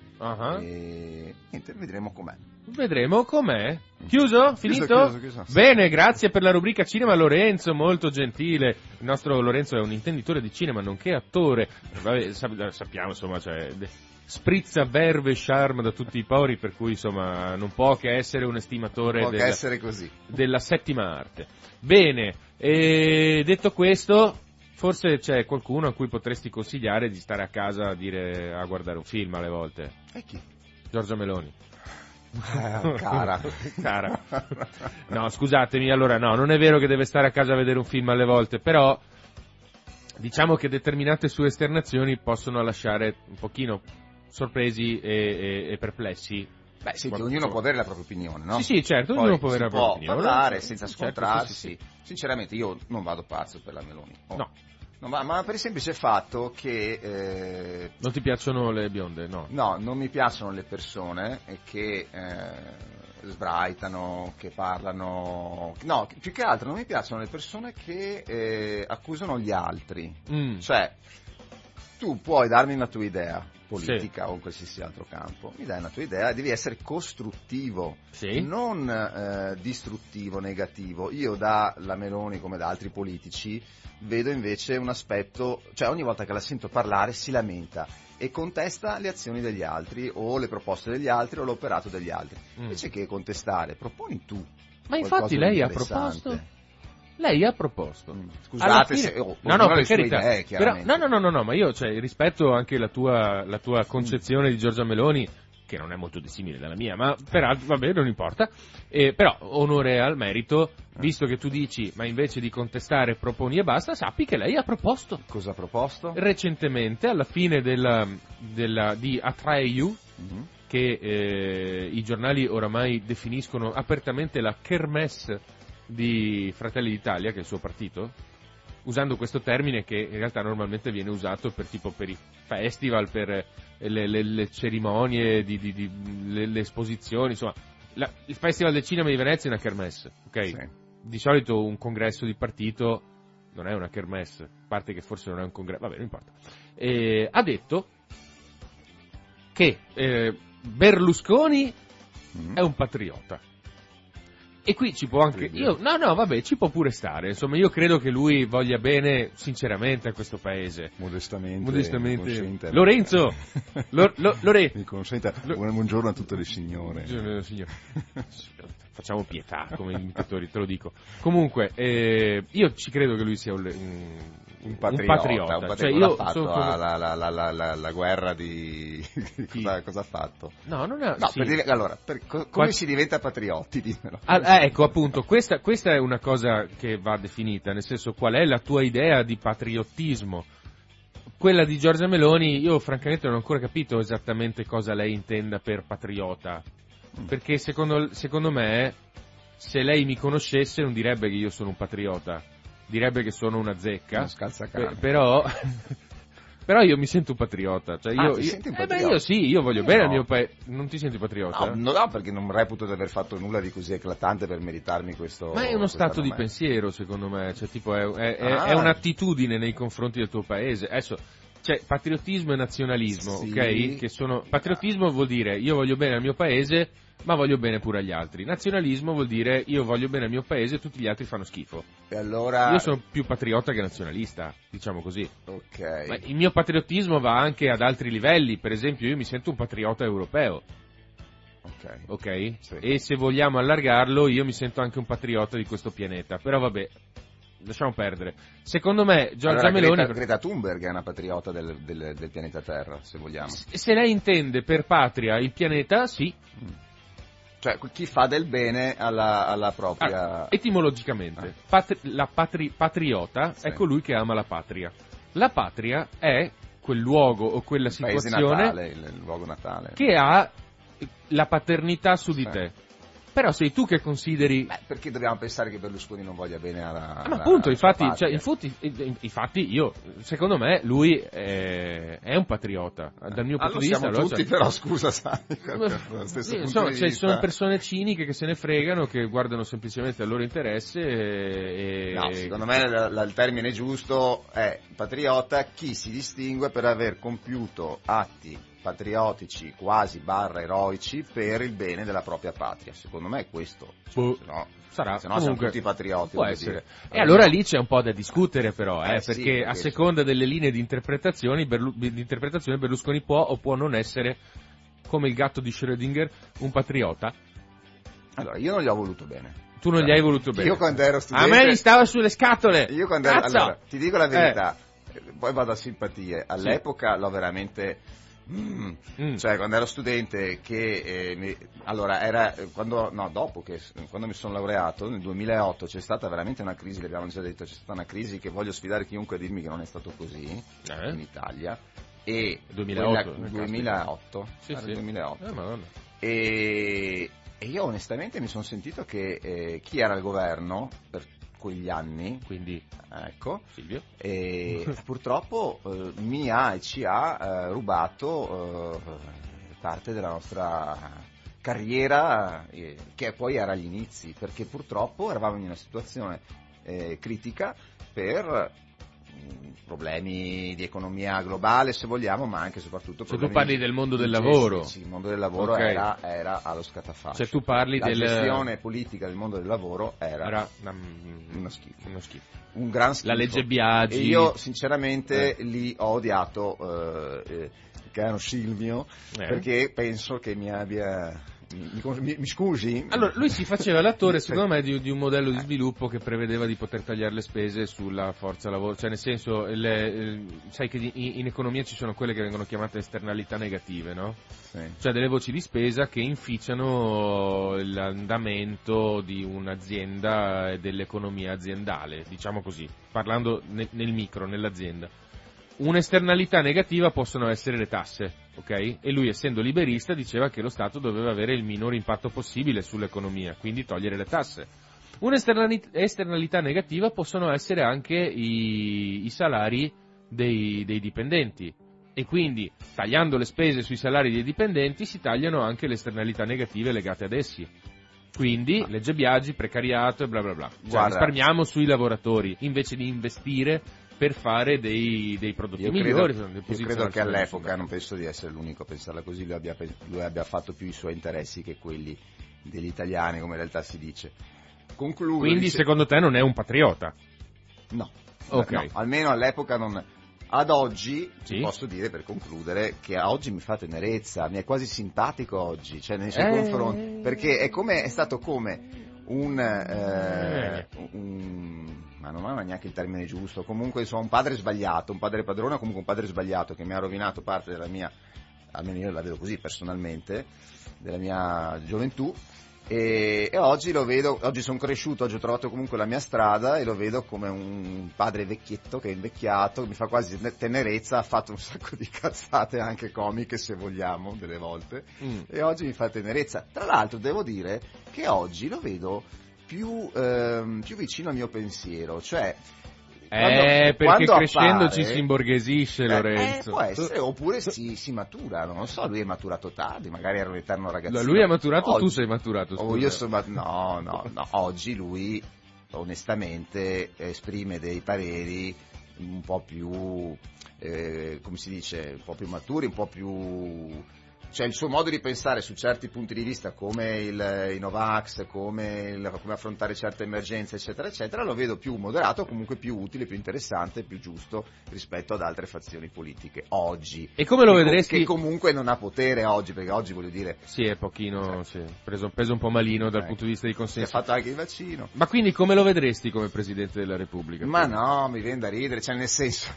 e niente, vedremo com'è. Chiuso? Finito? Chiuso. Bene, grazie per la rubrica cinema Lorenzo, molto gentile. Il nostro Lorenzo è un intenditore di cinema nonché attore. Vabbè, sappiamo, insomma, cioè, sprizza verve e charme da tutti i pori, per cui insomma non può che essere un estimatore essere così. Della settima arte. Bene, detto questo, forse c'è qualcuno a cui potresti consigliare di stare a casa a guardare un film alle volte. E chi? Giorgia Meloni. Cara. No, scusatemi, allora no, non è vero che deve stare a casa a vedere un film alle volte, però diciamo che determinate sue esternazioni possono lasciare un pochino sorpresi e perplessi. Beh, sì, ognuno può avere la propria opinione, no? Sì, certo, poi ognuno può avere la propria opinione. Può parlare senza scontrarsi. Certo, sì. Sinceramente io non vado pazzo per la Meloni. No. Ma per il semplice fatto che... non ti piacciono le bionde, no? No, non mi piacciono le persone che sbraitano, che parlano... No, più che altro non mi piacciono le persone che accusano gli altri. Cioè, tu puoi darmi una tua idea politica o in qualsiasi altro campo, mi dai una tua idea, devi essere costruttivo, non distruttivo, negativo. Io da la Meloni come da altri politici vedo invece un aspetto, cioè ogni volta che la sento parlare si lamenta e contesta le azioni degli altri o le proposte degli altri o l'operato degli altri, invece che contestare, proponi tu. Ma infatti lei ha proposto. Lei ha proposto. Scusate fine... se no, per carità. Idee, però, no, ma io rispetto anche la tua concezione di Giorgia Meloni, che non è molto dissimile dalla mia, ma peraltro vabbè, non importa. Però onore al merito, visto che tu dici, ma invece di contestare proponi e basta, sappi che lei ha proposto. Cosa ha proposto? Recentemente, alla fine di Atreyu, che i giornali oramai definiscono apertamente la kermesse di Fratelli d'Italia, che è il suo partito, usando questo termine che in realtà normalmente viene usato per i festival, per le cerimonie, le esposizioni, insomma, il Festival del Cinema di Venezia è una kermesse, ok? Sì. Di solito un congresso di partito non è una kermesse, a parte che forse non è un congresso, vabbè, non importa. Ha detto che Berlusconi è un patriota. E qui ci può anche... ci può pure stare. Insomma, io credo che lui voglia bene, sinceramente, a questo paese. Modestamente. Lorenzo! Mi consenta. Buongiorno a tutte le signore. Buongiorno, signore. Facciamo pietà come imitatori, te lo dico. Comunque, io ci credo che lui sia un patriota. Cioè, io sono la guerra di... cosa ha fatto? No, non è... No, sì. Come si diventa patrioti, dimmelo. Ecco, appunto, questa è una cosa che va definita, nel senso, qual è la tua idea di patriottismo? Quella di Giorgia Meloni, io francamente non ho ancora capito esattamente cosa lei intenda per patriota, perché secondo me, se lei mi conoscesse non direbbe che io sono un patriota, direbbe che sono una zecca, però io mi sento un patriota, cioè ti senti un patriota? Io voglio bene al mio paese. Non ti senti patriota? No, perché non reputo di aver fatto nulla di così eclatante per meritarmi questo. Ma è uno stato di pensiero, secondo me, cioè tipo è un'attitudine nei confronti del tuo paese. Adesso, cioè, patriottismo e nazionalismo, sì. Ok? Che sono patriottismo vuol dire io voglio bene al mio paese, ma voglio bene pure agli altri. Nazionalismo vuol dire io voglio bene al mio paese e tutti gli altri fanno schifo. E allora... Io sono più patriota che nazionalista, diciamo così. Ok. Ma il mio patriottismo va anche ad altri livelli, per esempio io mi sento un patriota europeo. Ok? Sì. E se vogliamo allargarlo, io mi sento anche un patriota di questo pianeta. Però vabbè, lasciamo perdere. Secondo me Giorgia Meloni... Greta Thunberg è una patriota del pianeta Terra, se vogliamo. Se lei intende per patria il pianeta, sì. Cioè, chi fa del bene alla propria... etimologicamente, patriota è colui che ama la patria. La patria è quel luogo o quella situazione natale, il luogo natale, che ha la paternità su di te. Però sei tu che consideri... perché dobbiamo pensare che Berlusconi non voglia bene alla... Ma appunto, infatti io, secondo me, lui è un patriota. Dal mio punto di vista... Siamo tutti, però, scusa, sai, sono persone ciniche che se ne fregano, che guardano semplicemente al loro interesse No, secondo me il termine giusto è patriota chi si distingue per aver compiuto atti patriottici quasi eroici per il bene della propria patria. Secondo me è questo. Sarà. Se no siamo tutti patrioti. Può essere. E allora lì c'è un po' da discutere però, perché a seconda delle linee di interpretazione Berlusconi può o può non essere, come il gatto di Schrödinger, un patriota. Allora, io non gli ho voluto bene. Tu non gli hai voluto bene? Io quando ero studente... A me gli stava sulle scatole! Io quando ero... Allora, ti dico la verità, poi vado a simpatie. All'epoca l'ho veramente... Cioè, quando ero studente, quando mi sono laureato nel 2008 c'è stata veramente una crisi, l'abbiamo già detto, c'è stata una crisi che voglio sfidare chiunque a dirmi che non è stato così in Italia. E 2008 sì. 2008 e io onestamente mi sono sentito che chi era al governo per quegli anni, quindi ecco, Silvio, e purtroppo mi ha e ci ha rubato parte della nostra carriera che poi era agli inizi, perché purtroppo eravamo in una situazione critica per problemi di economia globale, se vogliamo, ma anche e soprattutto Cioè problemi tu parli del mondo del lavoro. Sì, il mondo del lavoro Okay. era allo scatafascio. Cioè tu parli La gestione politica del mondo del lavoro era uno schifo. un gran schifo. La legge Biagi. E io sinceramente lì ho odiato il caro Silvio, perché penso che mi abbia... Mi scusi? Allora, lui si faceva l'attore, secondo me, di un modello di sviluppo che prevedeva di poter tagliare le spese sulla forza lavoro, cioè nel senso, sai che in economia ci sono quelle che vengono chiamate esternalità negative, no? Sì. Cioè delle voci di spesa che inficiano l'andamento di un'azienda e dell'economia aziendale, diciamo così, parlando nel micro, nell'azienda. Un'esternalità negativa possono essere le tasse, ok? E lui, essendo liberista, diceva che lo Stato doveva avere il minore impatto possibile sull'economia, quindi togliere le tasse. Un'esternalità negativa possono essere anche i salari dei dipendenti. E quindi, tagliando le spese sui salari dei dipendenti, si tagliano anche le esternalità negative legate ad essi. Quindi, legge Biagi, precariato e bla bla bla. Cioè, risparmiamo sui lavoratori, invece di investire per fare dei prodotti migliori. Io credo che all'epoca, non penso di essere l'unico a pensarla così, lui abbia fatto più i suoi interessi che quelli degli italiani, come in realtà si dice. Concludo. Quindi secondo te non è un patriota? No. Okay. No, almeno all'epoca non... Ad oggi, sì? Posso dire per concludere, che a oggi mi fa tenerezza, mi è quasi simpatico oggi, cioè nei suoi confronti, perché è stato come ma non è neanche il termine giusto, comunque insomma un padre sbagliato, un padre padrone, comunque un padre sbagliato che mi ha rovinato parte della mia, almeno io la vedo così personalmente, della mia gioventù, e oggi lo vedo, oggi sono cresciuto, oggi ho trovato comunque la mia strada e lo vedo come un padre vecchietto che è invecchiato, mi fa quasi tenerezza, ha fatto un sacco di cazzate anche comiche se vogliamo delle volte, e oggi mi fa tenerezza. Tra l'altro devo dire che oggi lo vedo più vicino al mio pensiero, cioè perché crescendo appare, ci si imborghesisce, Lorenzo. Può essere, oppure si matura, non lo so, lui è maturato tardi, magari era un eterno ragazzino. Lui è maturato, oggi, tu sei maturato, scusa. Io sono no, oggi lui onestamente esprime dei pareri un po' più, come si dice, un po' più maturi, un po' più... Cioè il suo modo di pensare su certi punti di vista come i Novax, come affrontare certe emergenze eccetera eccetera, lo vedo più moderato, comunque più utile, più interessante, più giusto rispetto ad altre fazioni politiche oggi. E come lo vedresti? Che comunque non ha potere oggi, perché oggi voglio dire... Sì, è pochino, sì, preso un po' malino dal punto di vista di consenso. Si è fatto anche il vaccino. Ma quindi come lo vedresti come Presidente della Repubblica? Ma no, mi viene da ridere, cioè nel senso...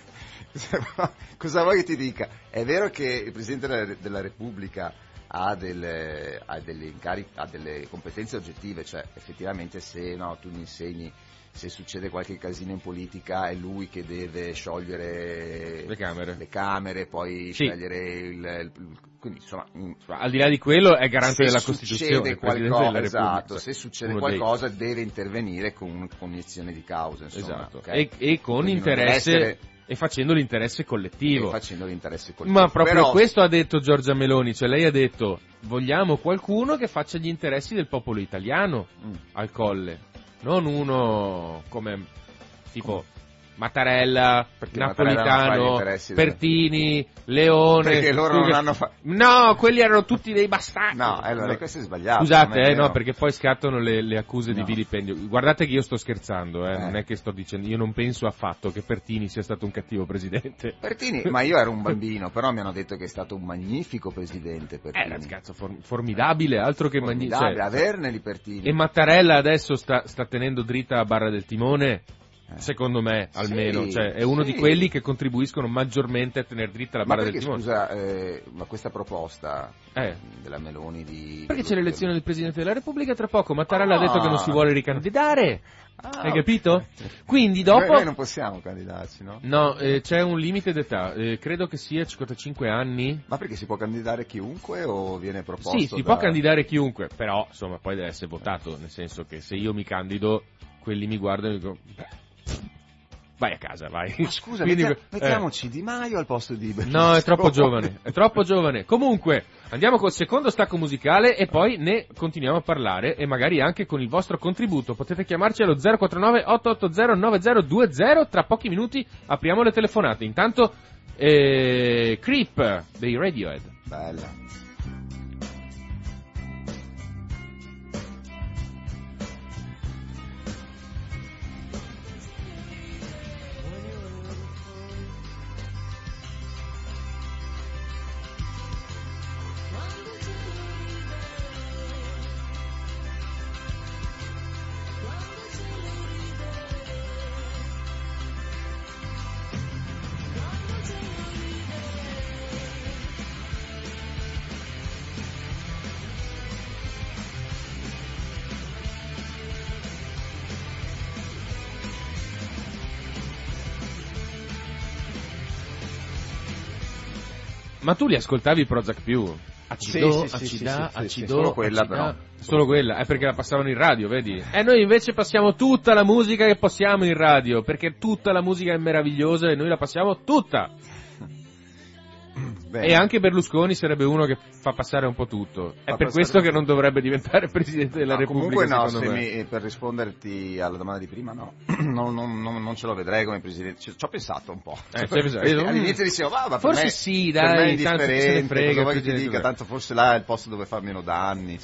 Cosa vuoi che ti dica? È vero che il Presidente della Repubblica ha delle competenze oggettive, cioè effettivamente se tu mi insegni, se succede qualche casino in politica è lui che deve sciogliere le camere, poi scegliere quindi insomma, al di là di quello è garante della Costituzione, il Presidente della Repubblica. Esatto, se succede qualcosa deve intervenire con cognizione di causa, insomma. Esatto. Okay? E con quindi interesse e facendo l'interesse collettivo. Ma proprio questo ha detto Giorgia Meloni, cioè lei ha detto vogliamo qualcuno che faccia gli interessi del popolo italiano al Colle, non uno come tipo Mattarella, Napolitano, Pertini, Leone. Perché loro non hanno No, quelli erano tutti dei bastardi. No, allora questo è sbagliato. Scusate, no, perché poi scattano le accuse di vilipendio. Guardate che io sto scherzando, non è che sto dicendo, io non penso affatto che Pertini sia stato un cattivo presidente. Pertini, ma io ero un bambino, però mi hanno detto che è stato un magnifico presidente Pertini. Ragazzo, formidabile, altro che magnifico. Averne di Pertini. E Mattarella adesso sta tenendo dritta la barra del timone? Secondo me, almeno, cioè è uno di quelli che contribuiscono maggiormente a tenere dritta la barra del timone. Scusa, ma questa proposta della Meloni perché c'è l'elezione del Presidente della Repubblica tra poco, Mattarella ha detto che non si vuole ricandidare. Hai capito? Quindi dopo... Noi non possiamo candidarci, no? No, c'è un limite d'età, credo che sia 55 anni. Ma perché si può candidare chiunque o viene proposto? Sì, si può candidare chiunque, però insomma poi deve essere votato, nel senso che se io mi candido, quelli mi guardano e dicono... vai a casa, vai. Ma scusa, Quindi, mettiamoci Di Maio al posto di Berlusconi. No, è troppo giovane. Comunque, andiamo col secondo stacco musicale e poi ne continuiamo a parlare e magari anche con il vostro contributo. Potete chiamarci allo 049 880 9020, tra pochi minuti apriamo le telefonate. Intanto, Creep dei Radiohead. Bella. Ma tu li ascoltavi Prozac più? Acido, solo quella però. Solo quella, è perché la passavano in radio, vedi? E noi invece passiamo tutta la musica che possiamo in radio, perché tutta la musica è meravigliosa e noi la passiamo tutta. Bene. E anche Berlusconi sarebbe uno che fa passare un po' tutto. È per questo che non dovrebbe diventare Presidente della Repubblica. Comunque no, per risponderti alla domanda di prima, no. non ce lo vedrei come Presidente. Ci ho pensato un po'. All'inizio dicevo, ma forse me, sì, per me è indifferente, cosa vuoi che ti dica, tanto forse là è il posto dove fa meno danni.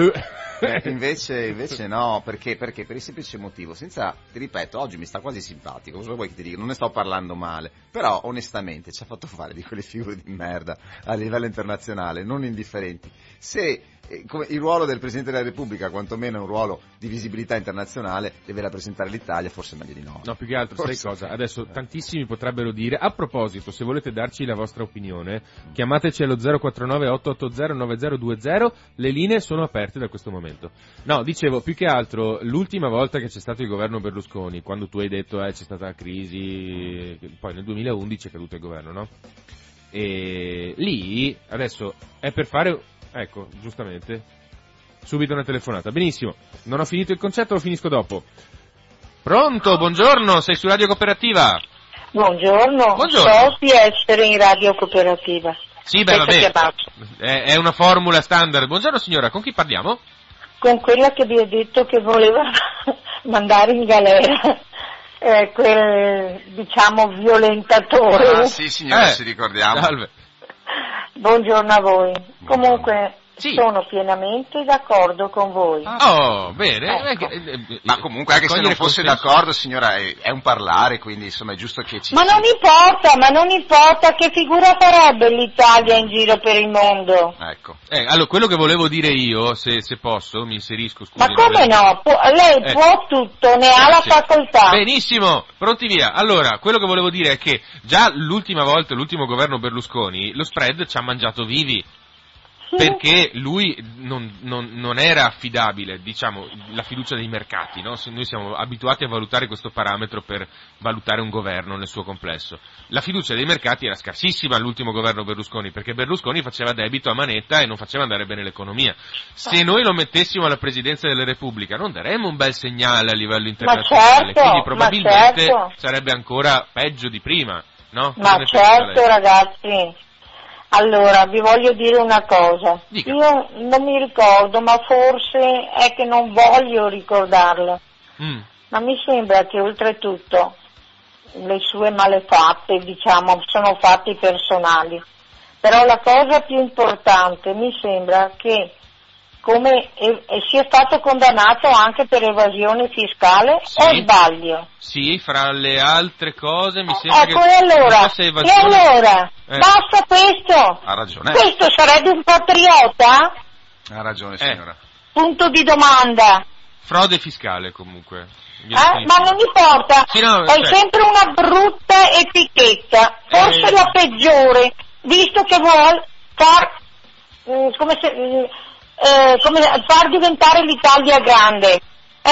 Invece no, perché per il semplice motivo, ti ripeto, oggi mi sta quasi simpatico, cosa vuoi che ti dica, non ne sto parlando male, però onestamente ci ha fatto fare di quelle figure di merda a livello internazionale, non indifferenti. Se come il ruolo del Presidente della Repubblica, quantomeno è un ruolo di visibilità internazionale, deve rappresentare l'Italia, forse meglio di no. No, più che altro, sai cosa? Adesso tantissimi potrebbero dire, a proposito, se volete darci la vostra opinione, chiamateci allo 049 880 9020, le linee sono aperte da questo momento. No, dicevo, più che altro, l'ultima volta che c'è stato il governo Berlusconi, quando tu hai detto c'è stata la crisi, poi nel 2011 è caduto il governo, no? E lì, adesso, è per fare... Ecco, giustamente. Subito una telefonata. Benissimo. Non ho finito il concetto, lo finisco dopo. Pronto, buongiorno, sei su Radio Cooperativa. Buongiorno. So di essere in Radio Cooperativa. Sì, beh, vabbè. È una formula standard. Buongiorno signora, con chi parliamo? Con quella che vi ho detto che voleva mandare in galera. Quel, diciamo, violentatore. Ah, sì, signora, ci ricordiamo. Salve. Buongiorno a voi. Comunque sono pienamente d'accordo con voi. Oh, bene. Ecco. Ma comunque anche se non fosse d'accordo, signora, è un parlare, quindi insomma è giusto che ci... Ma non importa, che figura farebbe l'Italia in giro per il mondo? Ecco. Allora, quello che volevo dire io, se posso, mi inserisco, scusi. Ma come no? Lei può tutto, ne ha la facoltà. Benissimo, pronti via. Allora, quello che volevo dire è che già l'ultima volta, l'ultimo governo Berlusconi, lo spread ci ha mangiato vivi. Perché lui non era affidabile, diciamo, la fiducia dei mercati, no? Noi siamo abituati a valutare questo parametro per valutare un governo nel suo complesso. La fiducia dei mercati era scarsissima all'ultimo governo Berlusconi, perché Berlusconi faceva debito a manetta e non faceva andare bene l'economia. Se noi lo mettessimo alla Presidenza della Repubblica non daremmo un bel segnale a livello internazionale, quindi probabilmente sarebbe ancora peggio di prima, no? Ma certo, ragazzi. Allora, vi voglio dire una cosa. Dica. Io non mi ricordo, ma forse è che non voglio ricordarlo. Ma mi sembra che oltretutto le sue malefatte, diciamo, sono fatti personali. Però la cosa più importante mi sembra che come sia stato condannato anche per evasione fiscale, o sbaglio? Sì, fra le altre cose mi sembra che... E allora? Basta questo? Ha ragione. Questo sarebbe un patriota? Ha ragione, signora. Punto di domanda. Frode fiscale, comunque. Ma non importa, sì, no, è sempre una brutta etichetta, forse la peggiore, visto che vuole far... come far diventare l'Italia grande,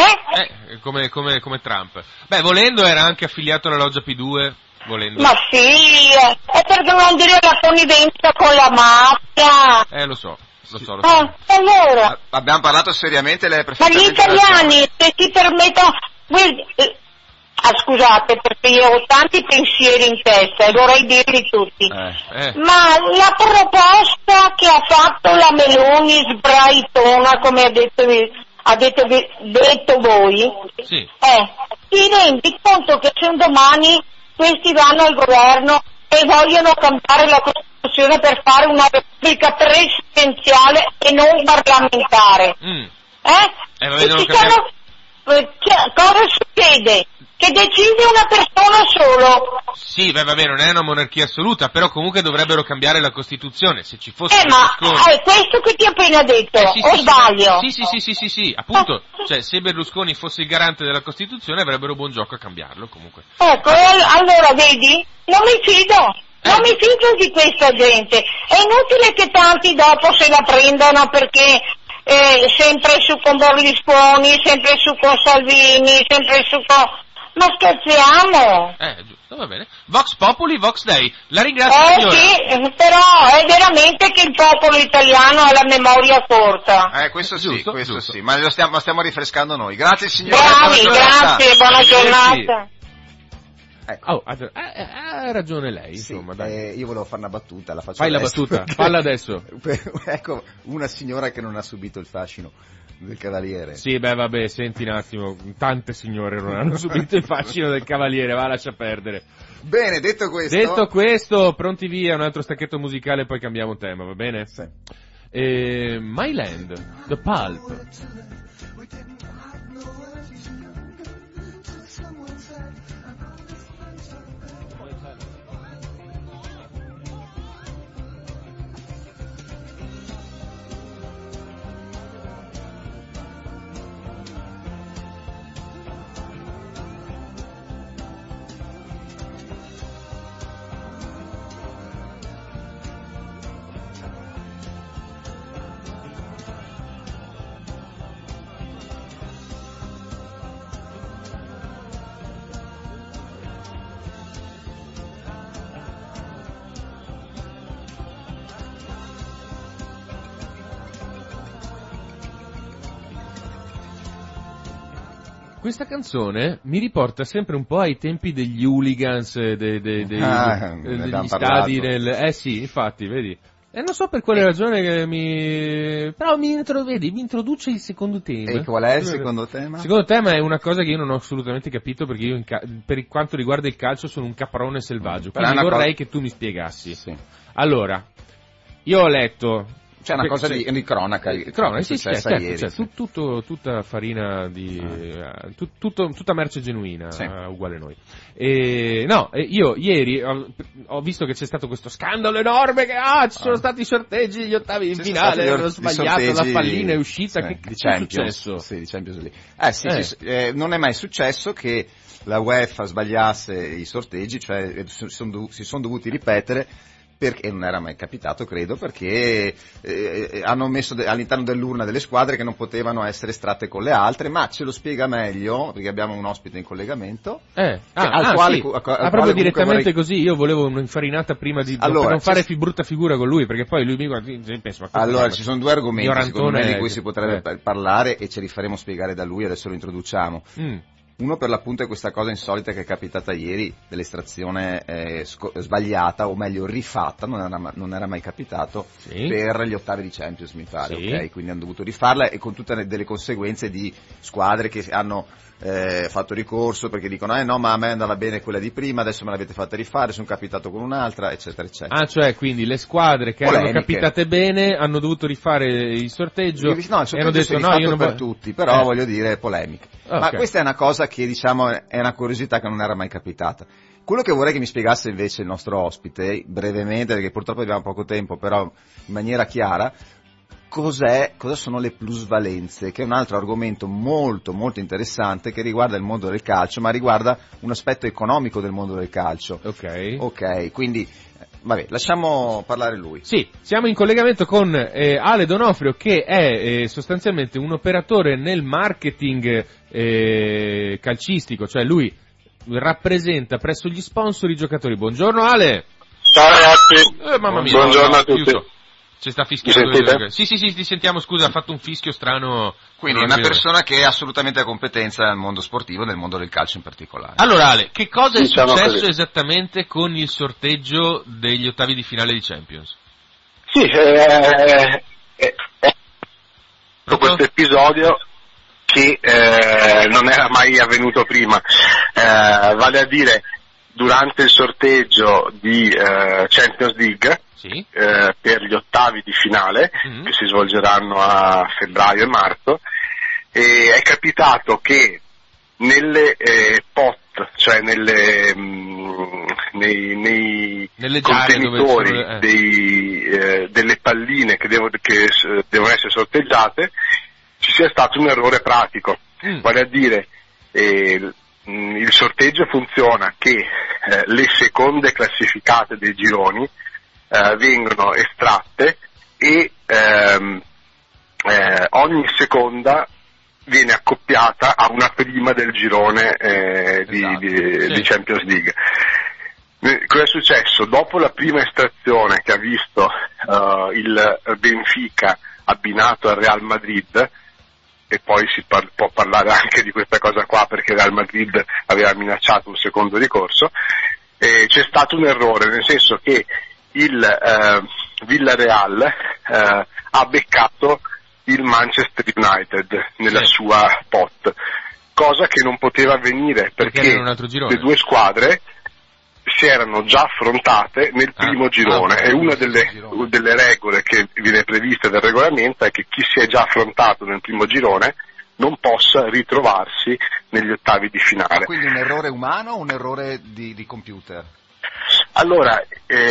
come Trump. Beh, volendo era anche affiliato alla loggia P2, volendo. Ma sì, è per non dire la connivenza con la mafia. Lo so. Allora. Abbiamo parlato seriamente, lei è Ma gli italiani, se si permettono, scusate, perché io ho tanti pensieri in testa e vorrei dirli tutti. Ma la proposta che ha fatto la Meloni sbraitona, come detto voi, sì. Ti rendi conto che se un domani questi vanno al governo e vogliono cambiare la Costituzione per fare una repubblica presidenziale e non parlamentare? Cosa succede? Che decide una persona solo. Sì, vabbè, non è una monarchia assoluta, però comunque dovrebbero cambiare la Costituzione, se ci fosse Berlusconi. Questo che ti ho appena detto, sbaglio? Sì, appunto, cioè se Berlusconi fosse il garante della Costituzione avrebbero buon gioco a cambiarlo, comunque. Ecco, allora vedi? Non mi fido di questa gente. È inutile che tanti dopo se la prendano perché sempre su con Berlusconi, sempre su con Salvini, sempre su con... Ma scherziamo? Giusto, va bene. Vox Populi, Vox Dei. La ringrazio, signora. Sì, però è veramente che il popolo italiano ha la memoria corta. Questo sì, giusto. sì, ma lo stiamo rifrescando noi. Grazie signora. Grazie, buona giornata. Ecco. Ha ragione lei, insomma. Sì, dai. Io volevo fare una battuta, la faccio Fai adesso. La battuta, falla adesso. Ecco, una signora che non ha subito il fascino del Cavaliere. Sì, vabbè, senti un attimo, tante signore non hanno subito il fascino del Cavaliere, lascia perdere. Bene, detto questo, pronti via, un altro stacchetto musicale e poi cambiamo tema, va bene? Sì. My Land, The Pulp. Questa canzone mi riporta sempre un po' ai tempi degli hooligans, degli stadi sì, infatti, vedi. E non so per quale ragione che però mi introduce il secondo tema. E qual è il secondo tema? Il secondo tema è una cosa che io non ho assolutamente capito, perché io per quanto riguarda il calcio sono un caprone selvaggio, quindi vorrei che tu mi spiegassi. Sì. Allora, io ho letto... C'è una cosa di cronaca. Sì, certo, ieri, tutta farina di... tutta merce genuina, sì. Uguale a noi. Io ieri ho visto che c'è stato questo scandalo enorme, che ci sono stati i sorteggi degli ottavi in finale, hanno sbagliato, la pallina è uscita, che è successo? Sì, di Champions League. Non è mai successo che la UEFA sbagliasse i sorteggi, cioè si sono dovuti ripetere, perché non era mai capitato, credo, perché hanno messo all'interno dell'urna delle squadre che non potevano essere estratte con le altre, ma ce lo spiega meglio, perché abbiamo un ospite in collegamento, proprio direttamente così. Io volevo un'infarinata prima per non fare brutta figura con lui, perché poi lui mi guarda e pensa, allora ci sono due argomenti secondo me di cui si potrebbe parlare e ce li faremo spiegare da lui, adesso lo introduciamo. Uno per l'appunto è questa cosa insolita che è capitata ieri, dell'estrazione sbagliata, o meglio rifatta, non era mai capitato, per gli ottavi di Champions, mi pare, ok? Quindi hanno dovuto rifarla, e con tutte delle conseguenze di squadre che hanno fatto ricorso perché dicono no, ma a me andava bene quella di prima, adesso me l'avete fatta rifare, sono capitato con un'altra, eccetera eccetera. Cioè quindi le squadre che erano capitate bene hanno dovuto rifare il sorteggio, e hanno detto io non per tutti, però voglio dire polemiche. Okay. Ma questa è una cosa che diciamo è una curiosità che non era mai capitata. Quello che vorrei che mi spiegasse invece il nostro ospite, brevemente, perché purtroppo abbiamo poco tempo, però in maniera chiara, cosa sono le plusvalenze, che è un altro argomento molto molto interessante che riguarda il mondo del calcio, ma riguarda un aspetto economico del mondo del calcio. Ok, quindi vabbè, lasciamo parlare lui. Sì, siamo in collegamento con Ale Donofrio, che è sostanzialmente un operatore nel marketing calcistico, cioè lui rappresenta presso gli sponsor i giocatori. Buongiorno Ale! Ciao ragazzi! Mamma mia, buongiorno a tutti! Ci sta fischiando. Sì, ti sentiamo, scusa, ha fatto un fischio strano. Quindi una persona che ha assolutamente competenza nel mondo sportivo, nel mondo del calcio in particolare. Allora Ale, che cosa è successo esattamente con il sorteggio degli ottavi di finale di Champions? Sì, questo episodio che non era mai avvenuto prima, vale a dire durante il sorteggio di Champions League, sì, per gli ottavi di finale che si svolgeranno a febbraio e marzo, e è capitato che nelle pot, cioè nelle contenitori delle palline che devono essere sorteggiate, ci sia stato un errore pratico, vale a dire il sorteggio funziona che le seconde classificate dei gironi vengono estratte e ogni seconda viene accoppiata a una prima del girone di Champions League. Cosa è successo? Dopo la prima estrazione che ha visto il Benfica abbinato al Real Madrid, e poi si può parlare anche di questa cosa qua perché Real Madrid aveva minacciato un secondo ricorso, c'è stato un errore, nel senso che il Villarreal ha beccato il Manchester United nella sua pot, cosa che non poteva avvenire perché le due squadre si erano già affrontate nel primo girone, e una delle regole che viene prevista dal regolamento è che chi si è già affrontato nel primo girone non possa ritrovarsi negli ottavi di finale. Quindi un errore umano o un errore di computer? Allora,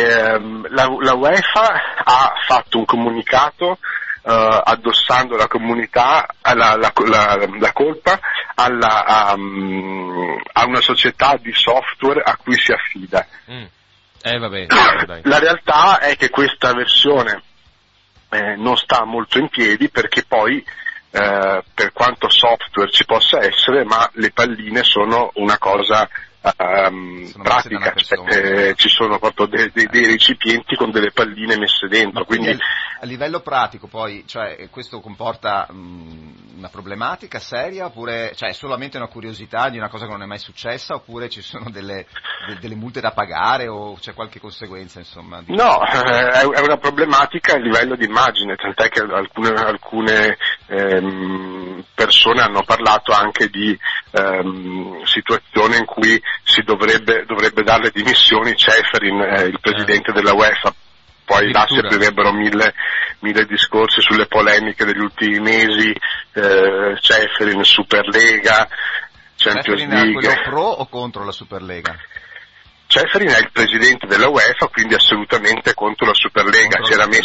la UEFA ha fatto un comunicato addossando la comunità la colpa a una società di software a cui si affida. Vabbè, dai. La realtà è che questa versione non sta molto in piedi, perché poi per quanto software ci possa essere, ma le palline sono una cosa pratica, ci sono proprio dei recipienti con delle palline messe dentro. Quindi a livello pratico poi, cioè, questo comporta una problematica seria, oppure è solamente una curiosità di una cosa che non è mai successa, oppure ci sono delle multe da pagare o c'è qualche conseguenza, insomma? No, è una problematica a livello di immagine, tant'è che alcune persone hanno parlato anche di situazioni in cui si dovrebbe dare le dimissioni Ceferin, il presidente della UEFA. Poi là si aprirebbero mille discorsi sulle polemiche degli ultimi mesi, Ceferin, Superlega, Champions League. Ceferin è quello pro o contro la Superlega? Ceferin è il presidente della UEFA, quindi assolutamente contro la Superlega.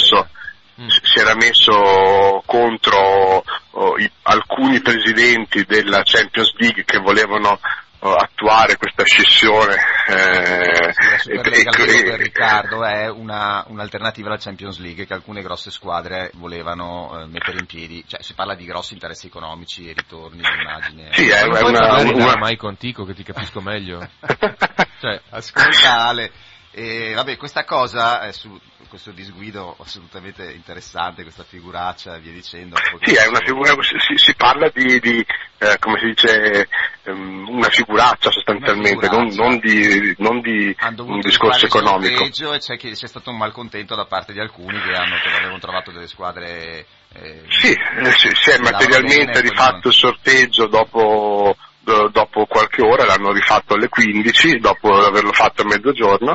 Si era messo contro alcuni presidenti della Champions League che volevano attuare questa scissione. La Superlega, per Riccardo, è un'alternativa alla Champions League che alcune grosse squadre volevano mettere in piedi, cioè si parla di grossi interessi economici e ritorni di immagine. Sì, è una Maico Antico che ti capisco meglio. Ascolta Ale, vabbè, questa cosa questo disguido assolutamente interessante, questa figuraccia e via dicendo. Sì, è una figura, si parla di come si dice, una figuraccia sostanzialmente, non di un discorso economico. E c'è stato un malcontento da parte di alcuni che avevano trovato delle squadre. Si è materialmente rifatto il sorteggio dopo qualche ora, l'hanno rifatto alle 15 dopo averlo fatto a mezzogiorno,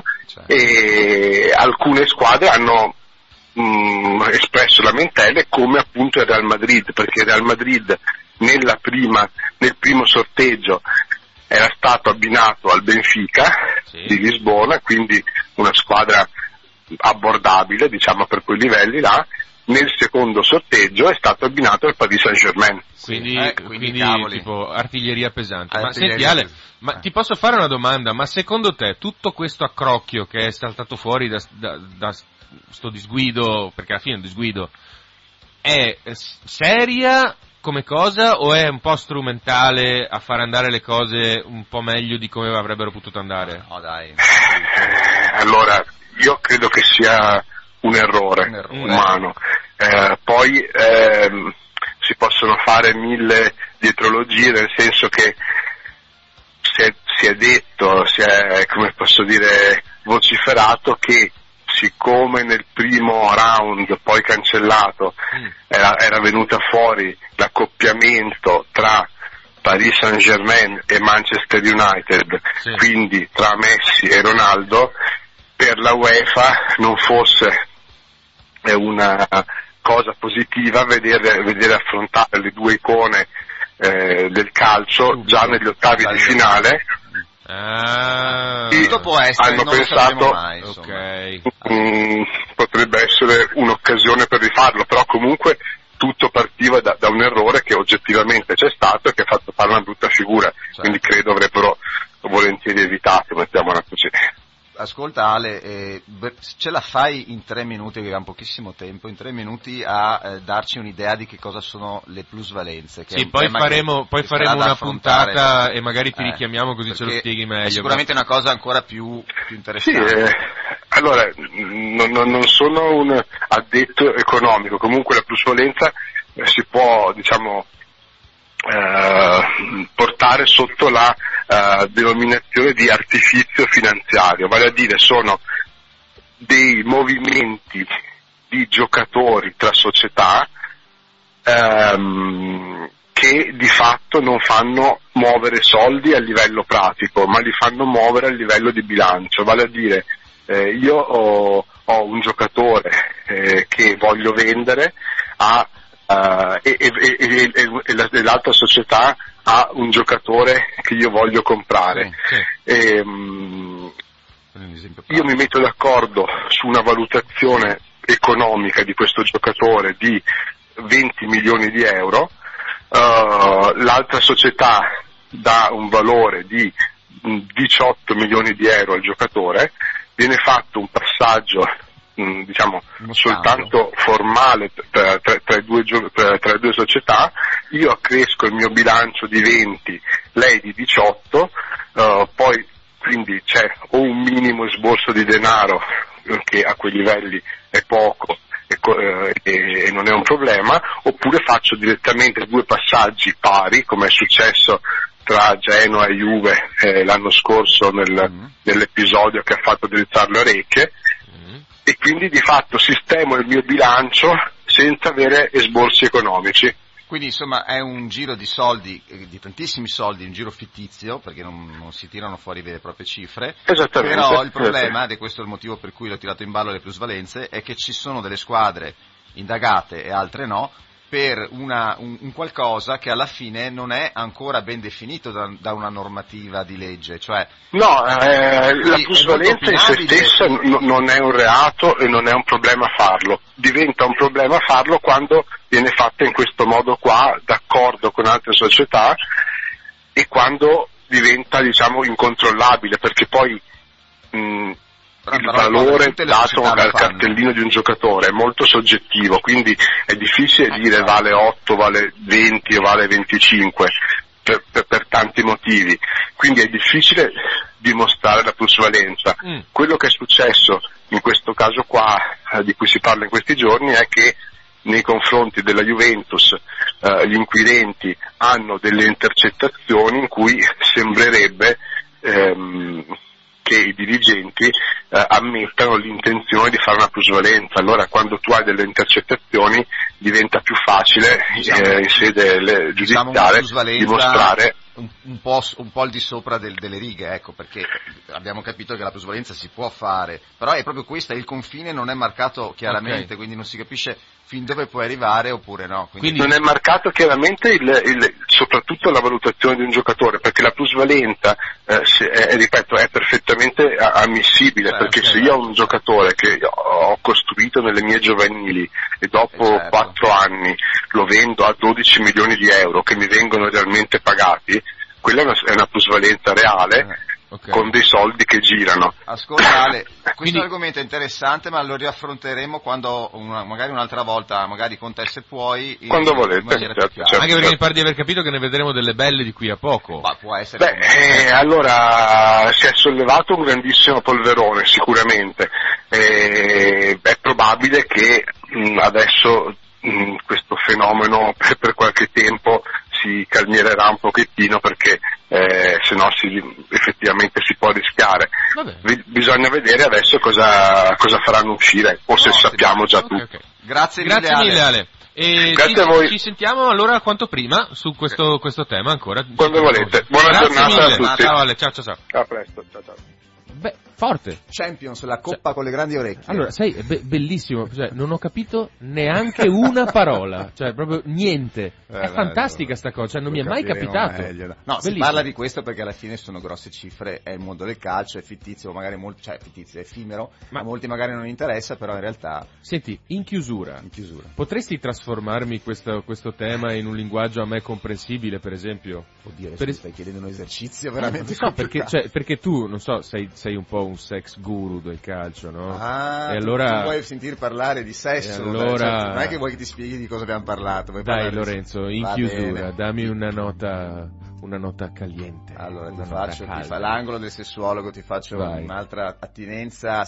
e alcune squadre hanno espresso lamentele, come appunto il Real Madrid, perché il Real Madrid nel primo sorteggio era stato abbinato al Benfica di Lisbona, quindi una squadra abbordabile, diciamo, per quei livelli là. Nel secondo sorteggio è stato abbinato al Paris Saint-Germain. Quindi tipo artiglieria pesante. Ma senti Ale, ti posso fare una domanda? Ma secondo te tutto questo accrocchio che è saltato fuori da sto disguido, perché alla fine è un disguido, è seria come cosa o è un po' strumentale a far andare le cose un po' meglio di come avrebbero potuto andare? No, dai. Allora, io credo che sia un errore umano. Poi si possono fare 1000 dietrologie, nel senso che si è detto, come posso dire, vociferato che siccome nel primo round poi cancellato era venuta fuori l'accoppiamento tra Paris Saint-Germain e Manchester United, quindi tra Messi e Ronaldo, per la UEFA non fosse una cosa positiva vedere affrontare le due icone del calcio già negli ottavi di finale. Può essere, hanno pensato mai, potrebbe essere un'occasione per rifarlo, però comunque tutto partiva da un errore che oggettivamente c'è stato e che ha fatto fare una brutta figura, quindi credo avrebbero volentieri evitato, mettiamola così. Ascolta Ale, ce la fai in 3 minuti, che abbiamo pochissimo tempo, in 3 minuti a darci un'idea di che cosa sono le plusvalenze? Che poi faremo una puntata e magari ti richiamiamo così ce lo spieghi meglio. È sicuramente una cosa ancora più interessante. Allora, non sono un addetto economico, comunque la plusvalenza si può, diciamo, portare sotto la denominazione di artifizio finanziario, vale a dire sono dei movimenti di giocatori tra società che di fatto non fanno muovere soldi a livello pratico, ma li fanno muovere a livello di bilancio, vale a dire io ho un giocatore che voglio vendere e l'altra società ha un giocatore che io voglio comprare. Io mi metto d'accordo su una valutazione economica di questo giocatore di 20 milioni di euro, l'altra società dà un valore di 18 milioni di euro al giocatore, viene fatto un passaggio diciamo soltanto formale tra le due società, io accresco il mio bilancio di 20, lei di 18, poi quindi c'è o un minimo esborso di denaro che a quei livelli è poco e non è un problema, oppure faccio direttamente 2 passaggi pari, come è successo tra Genoa e Juve l'anno scorso nell'episodio che ha fatto drizzare le orecchie, e quindi di fatto sistemo il mio bilancio senza avere esborsi economici. Quindi insomma è un giro di soldi, di tantissimi soldi, un giro fittizio, perché non si tirano fuori vere e proprie cifre. Esattamente. Però il problema, ed è questo il motivo per cui l'ho tirato in ballo le plusvalenze, è che ci sono delle squadre indagate e altre no, per un qualcosa che alla fine non è ancora ben definito da una normativa di legge, cioè la plusvalenza in se stessa non è un reato e non è un problema farlo, diventa un problema farlo quando viene fatta in questo modo qua, d'accordo con altre società, e quando diventa, diciamo, incontrollabile, perché poi il valore dato al cartellino di un giocatore è molto soggettivo, quindi è difficile dire vale 8, vale 20 o vale 25 per tanti motivi, quindi è difficile dimostrare la plusvalenza. Quello che è successo in questo caso qua, di cui si parla in questi giorni, è che nei confronti della Juventus gli inquirenti hanno delle intercettazioni in cui sembrerebbe che i dirigenti ammettano l'intenzione di fare una plusvalenza. Allora quando tu hai delle intercettazioni diventa più facile in sede giudiziaria dimostrare un po' al di sopra delle righe, ecco, perché abbiamo capito che la plusvalenza si può fare, però è proprio questo, il confine non è marcato chiaramente, quindi non si capisce fin dove puoi arrivare oppure no. Quindi non è marcato chiaramente soprattutto la valutazione di un giocatore, perché la plusvalenza, ripeto, è perfettamente ammissibile, perché se io ho un giocatore che ho costruito nelle mie giovanili e dopo 4 anni lo vendo a 12 milioni di euro che mi vengono realmente pagati, quella è una plusvalenza reale, con dei soldi che girano. Ascolta Ale, questo argomento è interessante, ma lo riaffronteremo quando magari un'altra volta, magari con te se puoi. Quando volete, certo. Anche perché mi pare di aver capito che ne vedremo delle belle di qui a poco. Ma può essere. Allora si è sollevato un grandissimo polverone, sicuramente. È probabile probabile che adesso questo fenomeno per qualche tempo si calmierà un pochettino, perché se no effettivamente si può rischiare. Bisogna vedere adesso cosa faranno uscire, o se sappiamo già tutto. Okay. Grazie mille Ale. E grazie a voi. Ci sentiamo allora quanto prima su questo tema ancora. Quando volete. Buona giornata a tutti. Ciao Ale, ciao. A presto, ciao. Beh, forte. Champions, la coppa con le grandi orecchie. Allora, sai, bellissimo, cioè, non ho capito neanche una parola, cioè proprio niente. È fantastica sta cosa, cioè, non mi è mai capitato. Meglio. No, si parla di questo perché alla fine sono grosse cifre, è il mondo del calcio, è fittizio, magari fittizio, è effimero, ma a molti magari non interessa, però in realtà... Senti, in chiusura. Potresti trasformarmi questo tema in un linguaggio a me comprensibile, per esempio? Oddio, stai chiedendo un esercizio veramente perché tu, non so, sei un po' un sex guru del calcio, no? Ah, e allora... tu vuoi sentir parlare di sesso, allora... non è che vuoi che ti spieghi di cosa abbiamo parlato. Dai Lorenzo, in chiusura, dammi una nota caliente. Allora ti fa l'angolo del sessuologo, ti faccio un'altra attinenza,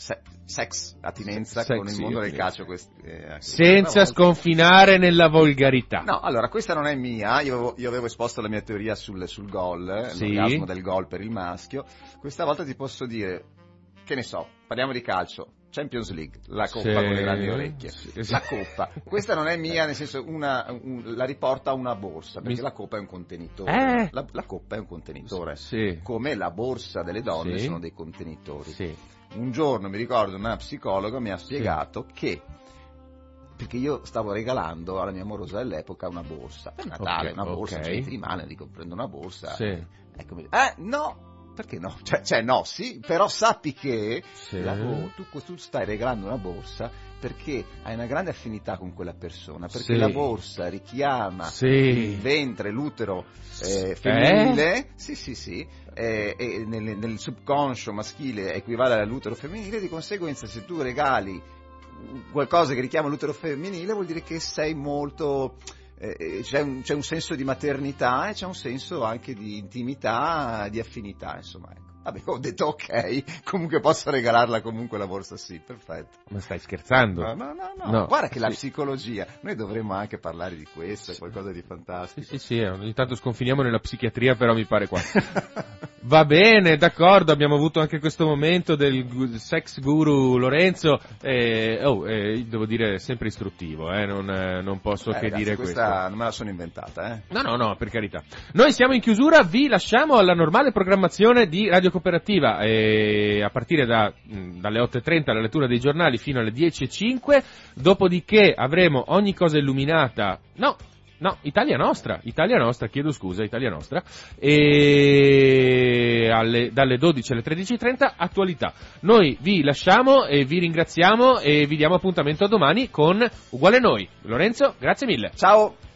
attinenza con il mondo del calcio. Senza sconfinare nella volgarità. No, allora questa non è mia, io avevo esposto la mia teoria sul gol, l'orgasmo del gol per il maschio. Questa volta ti posso dire, che ne so, parliamo di calcio. Champions League, la coppa con le grandi orecchie. La coppa, questa non è mia, nel senso la riporta a una borsa, perché la coppa è un contenitore. La coppa è un contenitore, come la borsa delle donne sono dei contenitori. Un giorno mi ricordo una psicologa mi ha spiegato che, perché io stavo regalando alla mia amorosa dell'epoca una borsa per Natale, una borsa, non c'è di male, dico prendo una borsa. Eccomi, no. Perché no? Cioè no, sì, però sappi che tu stai regalando una borsa perché hai una grande affinità con quella persona, perché la borsa richiama il ventre, l'utero femminile, e nel subconscio maschile equivale all'utero femminile, di conseguenza se tu regali qualcosa che richiama l'utero femminile vuol dire che sei molto... c'è un senso di maternità e c'è un senso anche di intimità, di affinità, insomma, ecco. Vabbè, ho detto ok, comunque posso regalarla comunque la borsa, sì, perfetto. Ma stai scherzando? No. Guarda che la psicologia, noi dovremmo anche parlare di questo, è qualcosa di fantastico. Sì, ogni tanto sconfiniamo nella psichiatria, però mi pare qua. Va bene, d'accordo, abbiamo avuto anche questo momento del sex guru Lorenzo, devo dire sempre istruttivo, non posso che dire questo. Questa non me la sono inventata, No, per carità. Noi siamo in chiusura, vi lasciamo alla normale programmazione di Radio Cooperativa, a partire dalle 8.30 la lettura dei giornali fino alle 10.05, dopodiché avremo ogni cosa illuminata, Italia Nostra, chiedo scusa, Italia Nostra, e dalle 12 alle 13.30 attualità. Noi vi lasciamo e vi ringraziamo e vi diamo appuntamento a domani con Uguale Noi. Lorenzo, grazie mille. Ciao.